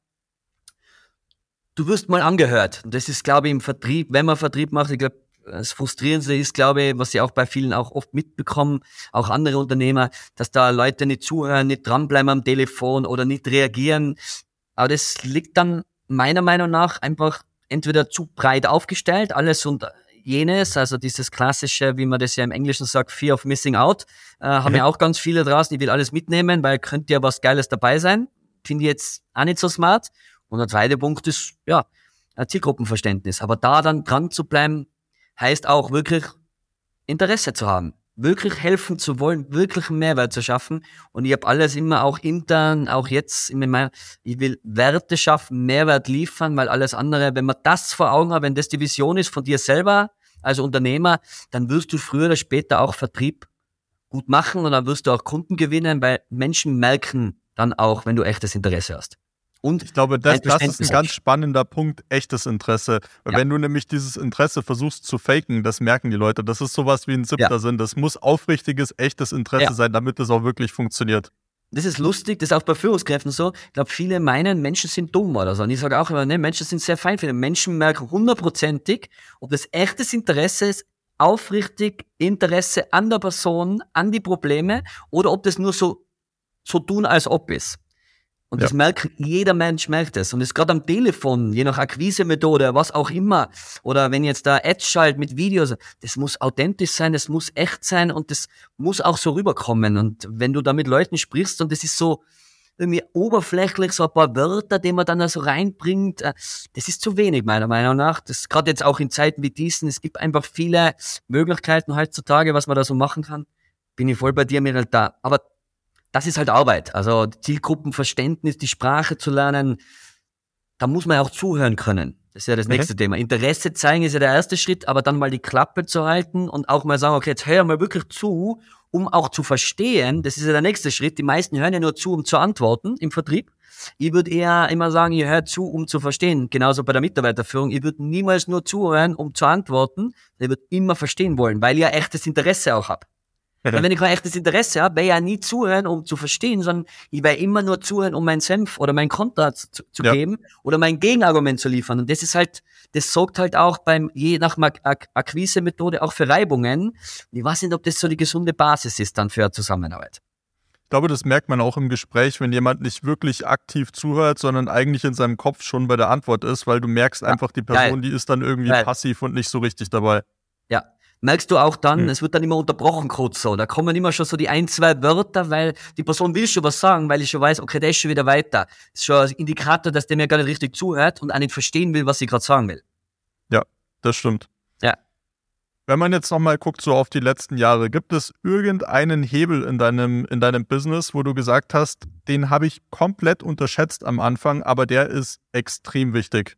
S2: du wirst mal angehört. Und das ist, glaube ich, im Vertrieb, wenn man Vertrieb macht, ich glaube, das Frustrierendste ist, glaube ich, was ich auch bei vielen auch oft mitbekommen, auch andere Unternehmer, dass da Leute nicht zuhören, nicht dranbleiben am Telefon oder nicht reagieren. Aber das liegt dann meiner Meinung nach einfach entweder zu breit aufgestellt, alles und jenes, also dieses klassische, wie man das ja im Englischen sagt, Fear of Missing Out, haben ja auch ganz viele draußen, die will alles mitnehmen, weil könnte ja was Geiles dabei sein. Finde ich jetzt auch nicht so smart. Und der zweite Punkt ist, ein Zielgruppenverständnis. Aber da dann dran zu bleiben, heißt auch wirklich Interesse zu haben, wirklich helfen zu wollen, wirklich einen Mehrwert zu schaffen. Und ich habe alles immer auch intern, auch jetzt, ich will Werte schaffen, Mehrwert liefern, weil alles andere, wenn man das vor Augen hat, wenn das die Vision ist von dir selber als Unternehmer, dann wirst du früher oder später auch Vertrieb gut machen und dann wirst du auch Kunden gewinnen, weil Menschen merken dann auch, wenn du echtes Interesse hast. Und
S1: ich glaube, das ist ein ganz spannender Punkt, echtes Interesse. Weil wenn du nämlich dieses Interesse versuchst zu faken, das merken die Leute. Das ist sowas wie ein siebter Sinn. Das muss aufrichtiges, echtes Interesse sein, damit es auch wirklich funktioniert.
S2: Das ist lustig, das ist auch bei Führungskräften so. Ich glaube, viele meinen, Menschen sind dumm oder so. Und ich sage auch immer, Menschen sind sehr feinfühlig. Menschen merken 100%, ob das echtes Interesse ist, aufrichtig Interesse an der Person, an die Probleme, oder ob das nur so tun, als ob ist. Und das jeder Mensch merkt es. Und es ist gerade am Telefon, je nach Akquise-Methode, was auch immer, oder wenn jetzt da Ads schaltet mit Videos, das muss authentisch sein, das muss echt sein und das muss auch so rüberkommen. Und wenn du da mit Leuten sprichst und das ist so irgendwie oberflächlich, so ein paar Wörter, die man dann da so reinbringt, das ist zu wenig, meiner Meinung nach. Das gerade jetzt auch in Zeiten wie diesen, es gibt einfach viele Möglichkeiten heutzutage, was man da so machen kann. Bin ich voll bei dir, Michael, da. Aber das ist halt Arbeit. Also Zielgruppenverständnis, die Sprache zu lernen, da muss man ja auch zuhören können. Das ist ja das nächste Thema. Interesse zeigen ist ja der erste Schritt, aber dann mal die Klappe zu halten und auch mal sagen, okay, jetzt hör mal wirklich zu, um auch zu verstehen. Das ist ja der nächste Schritt. Die meisten hören ja nur zu, um zu antworten im Vertrieb. Ich würde eher immer sagen, ihr hört zu, um zu verstehen. Genauso bei der Mitarbeiterführung. Ich würde niemals nur zuhören, um zu antworten. Ich würde immer verstehen wollen, weil ich ja echtes Interesse auch habe. Weil wenn ich kein echtes Interesse habe, werde ich ja nie zuhören, um zu verstehen, sondern ich werde immer nur zuhören, um meinen Senf oder meinen Konter zu geben oder mein Gegenargument zu liefern. Und das ist halt, das sorgt halt auch je nach Akquise-Methode auch für Reibungen. Und ich weiß nicht, ob das so die gesunde Basis ist dann für eine Zusammenarbeit.
S1: Ich glaube, das merkt man auch im Gespräch, wenn jemand nicht wirklich aktiv zuhört, sondern eigentlich in seinem Kopf schon bei der Antwort ist, weil du merkst einfach, die Person, die ist dann irgendwie passiv und nicht so richtig dabei.
S2: Ja. Merkst du auch dann, es wird dann immer unterbrochen kurz so. Da kommen immer schon so die 1-2 Wörter, weil die Person will schon was sagen, weil ich schon weiß, okay, der ist schon wieder weiter. Das ist schon ein Indikator, dass der mir gar nicht richtig zuhört und auch nicht verstehen will, was ich gerade sagen will.
S1: Ja, das stimmt.
S2: Ja.
S1: Wenn man jetzt nochmal guckt, so auf die letzten Jahre, gibt es irgendeinen Hebel in deinem Business, wo du gesagt hast, den habe ich komplett unterschätzt am Anfang, aber der ist extrem wichtig?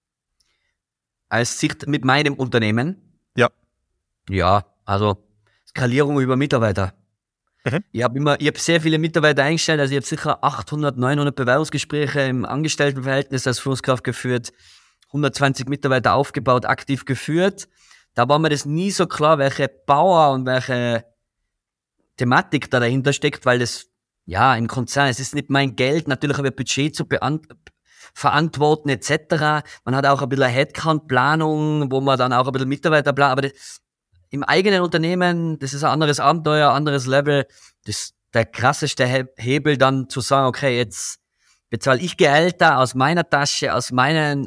S2: Als Sicht mit meinem Unternehmen?
S1: Ja.
S2: Ja, also Skalierung über Mitarbeiter. Ich habe sehr viele Mitarbeiter eingestellt, also ich habe sicher 800, 900 Bewerbungsgespräche im Angestelltenverhältnis als Führungskraft geführt, 120 Mitarbeiter aufgebaut, aktiv geführt. Da war mir das nie so klar, welche Power und welche Thematik da dahinter steckt, weil das, ja, im Konzern, es ist nicht mein Geld, natürlich habe ich ein Budget zu verantworten etc. Man hat auch ein bisschen Headcount-Planung, wo man dann auch ein bisschen Mitarbeiter plant, aber im eigenen Unternehmen, das ist ein anderes Abenteuer, ein anderes Level. Das ist der krasseste Hebel dann zu sagen, okay, jetzt bezahle ich Gehälter aus meiner Tasche, aus meinem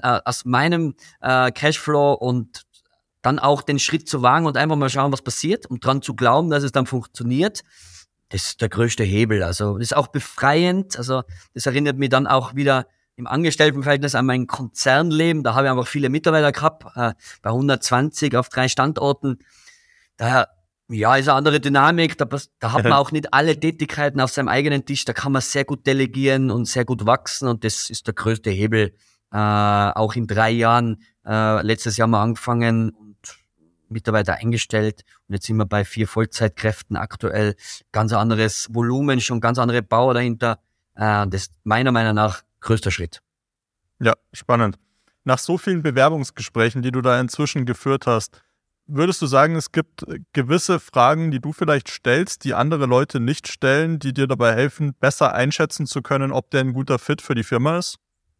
S2: Cashflow und dann auch den Schritt zu wagen und einfach mal schauen, was passiert und dran zu glauben, dass es dann funktioniert. Das ist der größte Hebel. Also, das ist auch befreiend. Also, das erinnert mich dann auch wieder im Angestelltenverhältnis an mein Konzernleben. Da habe ich einfach viele Mitarbeiter gehabt, bei 120 auf 3 Standorten. Daher, ja, ist eine andere Dynamik. Da hat man auch nicht alle Tätigkeiten auf seinem eigenen Tisch. Da kann man sehr gut delegieren und sehr gut wachsen. Und das ist der größte Hebel. Auch in 3 Jahren. Letztes Jahr mal angefangen und Mitarbeiter eingestellt. Und jetzt sind wir bei 4 Vollzeitkräften aktuell. Ganz anderes Volumen, schon ganz andere Power dahinter. Das ist meiner Meinung nach größter Schritt.
S1: Ja, spannend. Nach so vielen Bewerbungsgesprächen, die du da inzwischen geführt hast, würdest du sagen, es gibt gewisse Fragen, die du vielleicht stellst, die andere Leute nicht stellen, die dir dabei helfen, besser einschätzen zu können, ob der ein guter Fit für die Firma ist?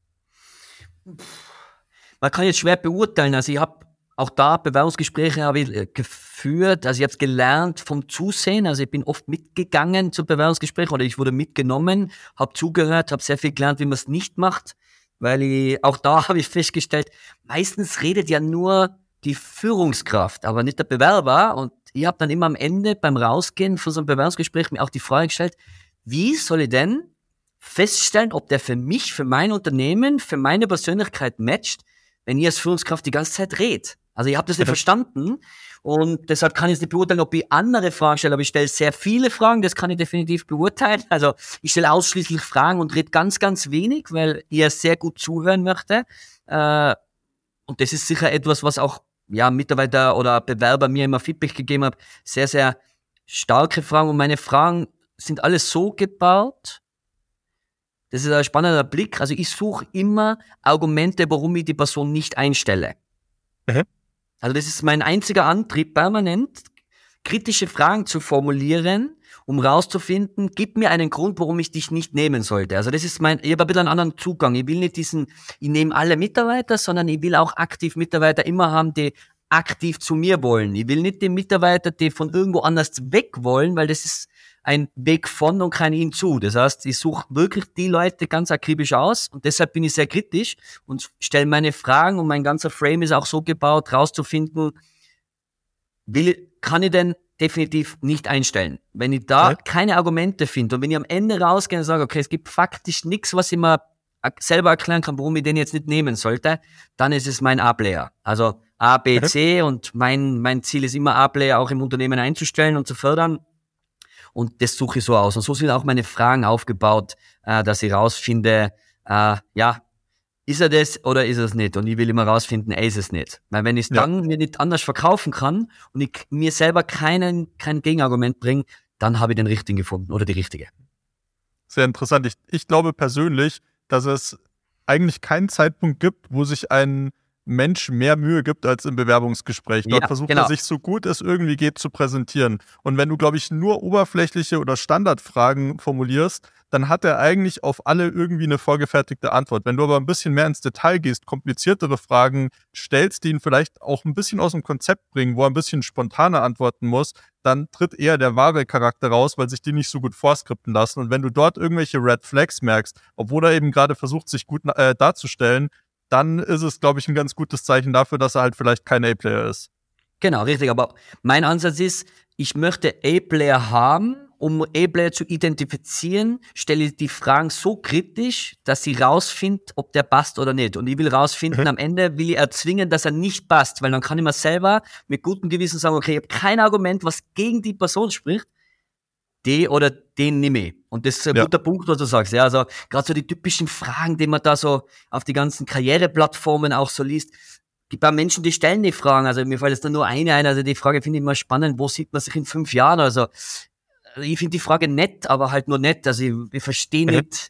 S2: Man kann jetzt schwer beurteilen. Also ich habe auch da Bewerbungsgespräche geführt. Also ich habe es gelernt vom Zusehen. Also ich bin oft mitgegangen zu Bewerbungsgesprächen oder ich wurde mitgenommen, habe zugehört, habe sehr viel gelernt, wie man es nicht macht. Weil auch da habe ich festgestellt, meistens redet ja nur die Führungskraft, aber nicht der Bewerber. Und ich habe dann immer am Ende beim Rausgehen von so einem Bewerbungsgespräch mir auch die Frage gestellt, wie soll ich denn feststellen, ob der für mich, für mein Unternehmen, für meine Persönlichkeit matcht, wenn ich als Führungskraft die ganze Zeit rede. Also ich habe das nicht verstanden und deshalb kann ich es nicht beurteilen, ob ich andere Fragen stelle, aber ich stelle sehr viele Fragen, das kann ich definitiv beurteilen. Also ich stelle ausschließlich Fragen und rede ganz, ganz wenig, weil ich ja sehr gut zuhören möchte. Und das ist sicher etwas, was auch Mitarbeiter oder Bewerber mir immer Feedback gegeben haben. Sehr, sehr starke Fragen und meine Fragen sind alles so gebaut. Das ist ein spannender Blick. Also ich suche immer Argumente, warum ich die Person nicht einstelle. Also das ist mein einziger Antrieb, permanent kritische Fragen zu formulieren, um rauszufinden, gib mir einen Grund, warum ich dich nicht nehmen sollte. Also ich habe ein bisschen einen anderen Zugang. Ich will nicht ich nehme alle Mitarbeiter, sondern ich will auch aktiv Mitarbeiter immer haben, die aktiv zu mir wollen. Ich will nicht die Mitarbeiter, die von irgendwo anders weg wollen, weil das ist ein Weg von und kein hinzu. Das heißt, ich suche wirklich die Leute ganz akribisch aus und deshalb bin ich sehr kritisch und stelle meine Fragen und mein ganzer Frame ist auch so gebaut, rauszufinden, kann ich denn definitiv nicht einstellen. Wenn ich da keine Argumente finde und wenn ich am Ende rausgehe und sage, okay, es gibt faktisch nichts, was ich mir selber erklären kann, warum ich den jetzt nicht nehmen sollte, dann ist es mein A-Player. Also A, B, C und mein Ziel ist immer A-Player auch im Unternehmen einzustellen und zu fördern. Und das suche ich so aus. Und so sind auch meine Fragen aufgebaut, dass ich rausfinde, ist er das oder ist er es nicht? Und ich will immer rausfinden, er ist es nicht. Weil wenn ich es dann mir nicht anders verkaufen kann und ich mir selber kein Gegenargument bringe, dann habe ich den richtigen gefunden oder die richtige.
S1: Sehr interessant. Ich glaube persönlich, dass es eigentlich keinen Zeitpunkt gibt, wo sich ein Mensch mehr Mühe gibt als im Bewerbungsgespräch. Dort
S2: Ja,
S1: versucht
S2: genau.
S1: er sich so gut es irgendwie geht zu präsentieren. Und wenn du, glaube ich, nur oberflächliche oder Standardfragen formulierst, dann hat er eigentlich auf alle irgendwie eine vorgefertigte Antwort. Wenn du aber ein bisschen mehr ins Detail gehst, kompliziertere Fragen stellst, die ihn vielleicht auch ein bisschen aus dem Konzept bringen, wo er ein bisschen spontaner antworten muss, dann tritt eher der wahre Charakter raus, weil sich die nicht so gut vorskripten lassen. Und wenn du dort irgendwelche Red Flags merkst, obwohl er eben gerade versucht, sich gut darzustellen, dann ist es, glaube ich, ein ganz gutes Zeichen dafür, dass er halt vielleicht kein A-Player ist.
S2: Genau, richtig. Aber mein Ansatz ist, ich möchte A-Player haben. Um A-Player zu identifizieren, stelle ich die Fragen so kritisch, dass sie rausfindet, ob der passt oder nicht. Und ich will rausfinden, am Ende will ich erzwingen, dass er nicht passt, weil dann kann ich mir selber mit gutem Gewissen sagen, okay, ich habe kein Argument, was gegen die Person spricht, die oder den nehme ich. Und das ist ein guter Punkt, was du sagst. Ja, also gerade so die typischen Fragen, die man da so auf die ganzen Karriereplattformen auch so liest. Die paar Menschen, die stellen die Fragen. Also mir fällt jetzt da nur eine ein. Also die Frage finde ich immer spannend. Wo sieht man sich in 5 Jahren? Also ich finde die Frage nett, aber halt nur nett. Also ich verstehe nicht.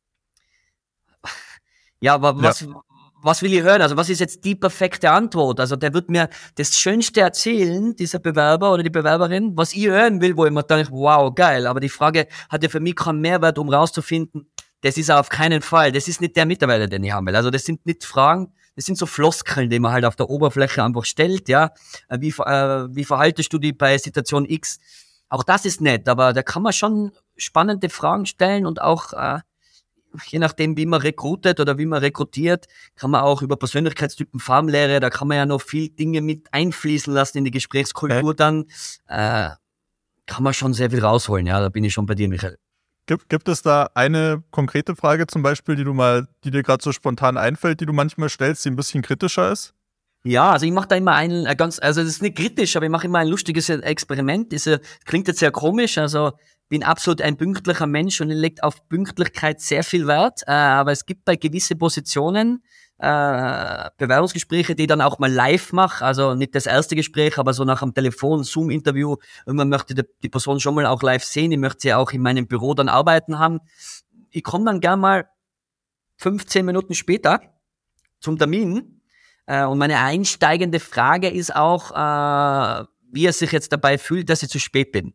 S2: Ja, aber was will ich hören? Also was ist jetzt die perfekte Antwort? Also der wird mir das Schönste erzählen, dieser Bewerber oder die Bewerberin, was ich hören will, wo ich mir denke, wow, geil. Aber die Frage hat ja für mich keinen Mehrwert, um rauszufinden, das ist auf keinen Fall. Das ist nicht der Mitarbeiter, den ich haben will. Also das sind nicht Fragen, das sind so Floskeln, die man halt auf der Oberfläche einfach stellt, ja. Wie verhaltest du dich bei Situation X? Auch das ist nett, aber da kann man schon spannende Fragen stellen und auch, je nachdem, wie man rekrutet oder wie man rekrutiert, kann man auch über Persönlichkeitstypen, Farbenlehre, da kann man ja noch viel Dinge mit einfließen lassen in die Gesprächskultur dann, kann man schon sehr viel rausholen, ja, da bin ich schon bei dir, Michael.
S1: Gibt es da eine konkrete Frage zum Beispiel, die dir gerade so spontan einfällt, die du manchmal stellst, die ein bisschen kritischer ist?
S2: Ja, also ich mache da immer also das ist nicht kritisch, aber ich mache immer ein lustiges Experiment. Klingt jetzt sehr komisch, also bin absolut ein pünktlicher Mensch und ich lege auf Pünktlichkeit sehr viel Wert, aber es gibt bei gewisse Positionen Bewerbungsgespräche, die ich dann auch mal live mache, also nicht das erste Gespräch, aber so nach einem Telefon, Zoom-Interview, irgendwann möchte die Person schon mal auch live sehen, ich möchte sie auch in meinem Büro dann arbeiten haben. Ich komme dann gern mal 15 Minuten später zum Termin. Und meine einsteigende Frage ist auch, wie er sich jetzt dabei fühlt, dass ich zu spät bin.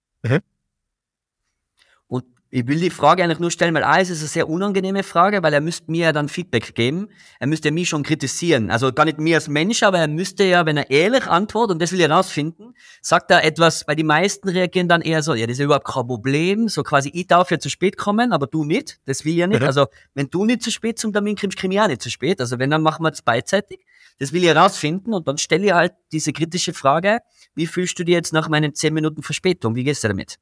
S2: Und ich will die Frage eigentlich nur stellen, weil es ist eine sehr unangenehme Frage, weil er müsste mir ja dann Feedback geben. Er müsste mich schon kritisieren. Also gar nicht mir als Mensch, aber er müsste ja, wenn er ehrlich antwortet, und das will ich herausfinden, sagt er etwas, weil die meisten reagieren dann eher so, ja, das ist überhaupt kein Problem, so quasi, ich darf ja zu spät kommen, aber du nicht, das will ich ja nicht. Also wenn du nicht zu spät zum Termin kommst, komme ich auch nicht zu spät. Also wenn, dann machen wir das beidseitig. Das will ich herausfinden und dann stelle ich halt diese kritische Frage, wie fühlst du dich jetzt nach meinen 10 Minuten Verspätung? Wie gehst du damit?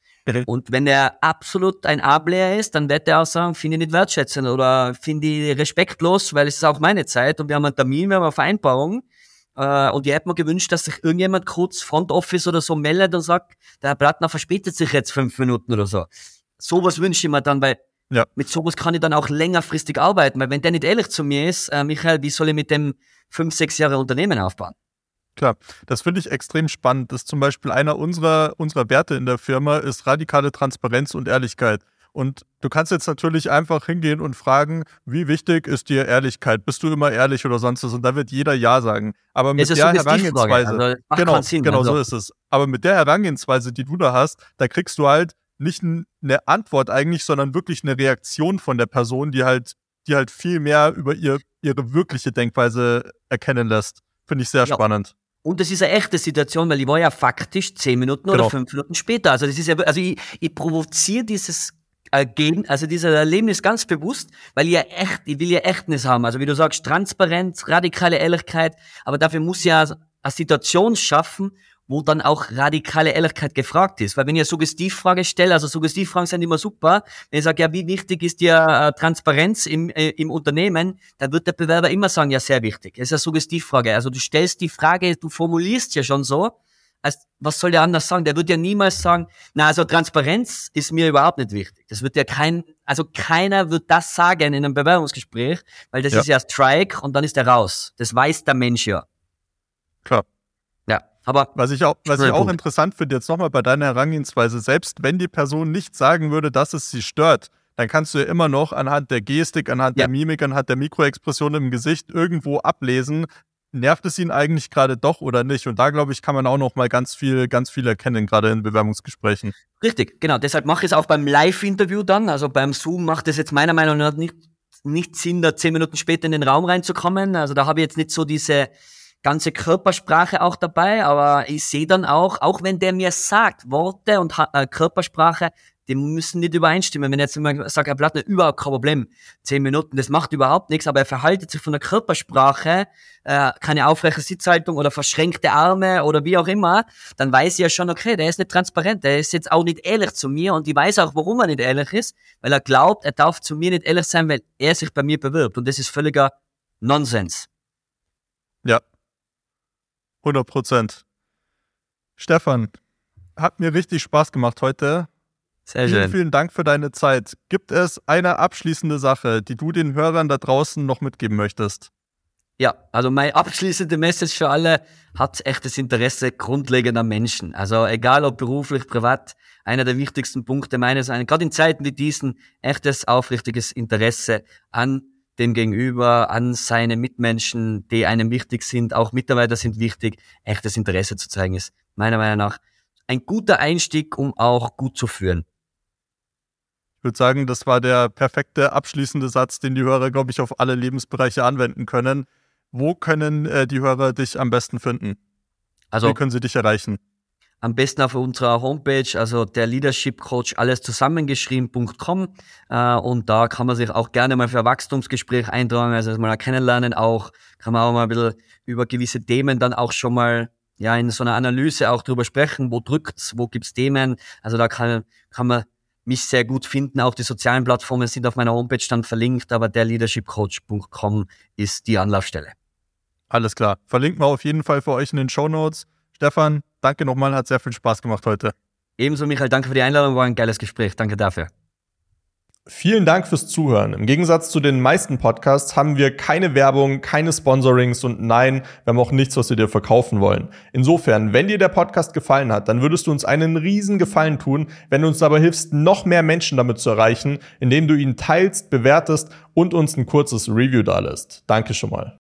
S2: Und wenn er absolut ein A-Player ist, dann wird er auch sagen, finde ich nicht wertschätzend oder finde ich respektlos, weil es ist auch meine Zeit und wir haben einen Termin, wir haben eine Vereinbarung. Und ich hätte mir gewünscht, dass sich irgendjemand kurz Front Office oder so meldet und sagt, der Herr Plattner verspätet sich jetzt 5 Minuten oder so. Sowas wünsche ich mir dann, weil mit sowas kann ich dann auch längerfristig arbeiten, weil wenn der nicht ehrlich zu mir ist, Michael, wie soll ich mit dem 5-6 Jahre Unternehmen aufbauen?
S1: Klar, das finde ich extrem spannend. Das ist zum Beispiel einer unserer Werte in der Firma, ist radikale Transparenz und Ehrlichkeit. Und du kannst jetzt natürlich einfach hingehen und fragen, wie wichtig ist dir Ehrlichkeit? Bist du immer ehrlich oder sonst was? Und da wird jeder Ja sagen. Aber mit der Herangehensweise, genau so ist es. Aber mit der Herangehensweise, die du da hast, da kriegst du halt nicht eine Antwort eigentlich, sondern wirklich eine Reaktion von der Person, die halt viel mehr über ihre wirkliche Denkweise erkennen lässt. Finde ich sehr spannend.
S2: Und das ist eine echte Situation, weil ich war ja faktisch 10 Minuten oder 5 Minuten später. Also das ist ja, also ich provoziere dieses dieses Erlebnis ganz bewusst, weil ich will ja Echtnis haben. Also wie du sagst, Transparenz, radikale Ehrlichkeit, aber dafür muss ich ja eine Situation schaffen, wo dann auch radikale Ehrlichkeit gefragt ist. Weil wenn ich eine Suggestivfrage stelle, also Suggestivfragen sind immer super, wenn ich sage, ja, wie wichtig ist dir Transparenz im Unternehmen, dann wird der Bewerber immer sagen, ja, sehr wichtig. Das ist eine Suggestivfrage. Also du stellst die Frage, du formulierst ja schon so, als was soll der anders sagen? Der wird ja niemals sagen, na, also Transparenz ist mir überhaupt nicht wichtig. Das wird ja keiner wird das sagen in einem Bewerbungsgespräch, weil das ist ja Strike und dann ist er raus. Das weiß der Mensch ja.
S1: Klar.
S2: Ja, aber
S1: was ich auch interessant finde, jetzt nochmal bei deiner Herangehensweise, selbst wenn die Person nicht sagen würde, dass es sie stört, dann kannst du ja immer noch anhand der Gestik, anhand der Mimik, anhand der Mikroexpression im Gesicht irgendwo ablesen, nervt es ihn eigentlich gerade doch oder nicht? Und da, glaube ich, kann man auch noch mal ganz viel erkennen, gerade in Bewerbungsgesprächen.
S2: Richtig, genau. Deshalb mache ich es auch beim Live-Interview dann. Also beim Zoom macht es jetzt meiner Meinung nach nicht Sinn, da 10 Minuten später in den Raum reinzukommen. Also da habe ich jetzt nicht so diese ganze Körpersprache auch dabei, aber ich sehe dann auch wenn der mir sagt, Worte und Körpersprache, die müssen nicht übereinstimmen. Wenn jetzt jemand sagt, Herr Plattner, überhaupt kein Problem, 10 Minuten, das macht überhaupt nichts, aber er verhaltet sich von der Körpersprache, keine aufrechte Sitzhaltung oder verschränkte Arme oder wie auch immer, dann weiß ich ja schon, okay, der ist nicht transparent, der ist jetzt auch nicht ehrlich zu mir und ich weiß auch, warum er nicht ehrlich ist, weil er glaubt, er darf zu mir nicht ehrlich sein, weil er sich bei mir bewirbt und das ist völliger Nonsens.
S1: Ja, 100%. Stefan, hat mir richtig Spaß gemacht heute.
S2: Sehr schön.
S1: Vielen Dank für deine Zeit. Gibt es eine abschließende Sache, die du den Hörern da draußen noch mitgeben möchtest?
S2: Ja, also meine abschließende Message für alle, hat echtes Interesse grundlegend am Menschen. Also egal ob beruflich, privat, einer der wichtigsten Punkte meines Erachtens, gerade in Zeiten wie diesen, echtes, aufrichtiges Interesse an dem Gegenüber, an seine Mitmenschen, die einem wichtig sind, auch Mitarbeiter sind wichtig, echtes Interesse zu zeigen ist meiner Meinung nach ein guter Einstieg, um auch gut zu führen.
S1: Ich würde sagen, das war der perfekte abschließende Satz, den die Hörer, glaube ich, auf alle Lebensbereiche anwenden können. Wo können die Hörer dich am besten finden? Also, wie können sie dich erreichen?
S2: Am besten auf unserer Homepage, also der Leadership Coach alles zusammengeschrieben.com und da kann man sich auch gerne mal für ein Wachstumsgespräch eintragen, also mal kennenlernen auch, kann man auch mal ein bisschen über gewisse Themen dann auch schon mal in so einer Analyse auch drüber sprechen, wo drückt's, wo gibt's Themen, also da kann man mich sehr gut finden. Auch die sozialen Plattformen sind auf meiner Homepage dann verlinkt, aber der leadershipcoach.com ist die Anlaufstelle.
S1: Alles klar. Verlinken wir auf jeden Fall für euch in den Shownotes. Stefan, danke nochmal, hat sehr viel Spaß gemacht heute.
S2: Ebenso, Michael, danke für die Einladung, war ein geiles Gespräch. Danke dafür.
S3: Vielen Dank fürs Zuhören. Im Gegensatz zu den meisten Podcasts haben wir keine Werbung, keine Sponsorings und nein, wir haben auch nichts, was wir dir verkaufen wollen. Insofern, wenn dir der Podcast gefallen hat, dann würdest du uns einen riesen Gefallen tun, wenn du uns dabei hilfst, noch mehr Menschen damit zu erreichen, indem du ihn teilst, bewertest und uns ein kurzes Review dalässt. Danke schon mal.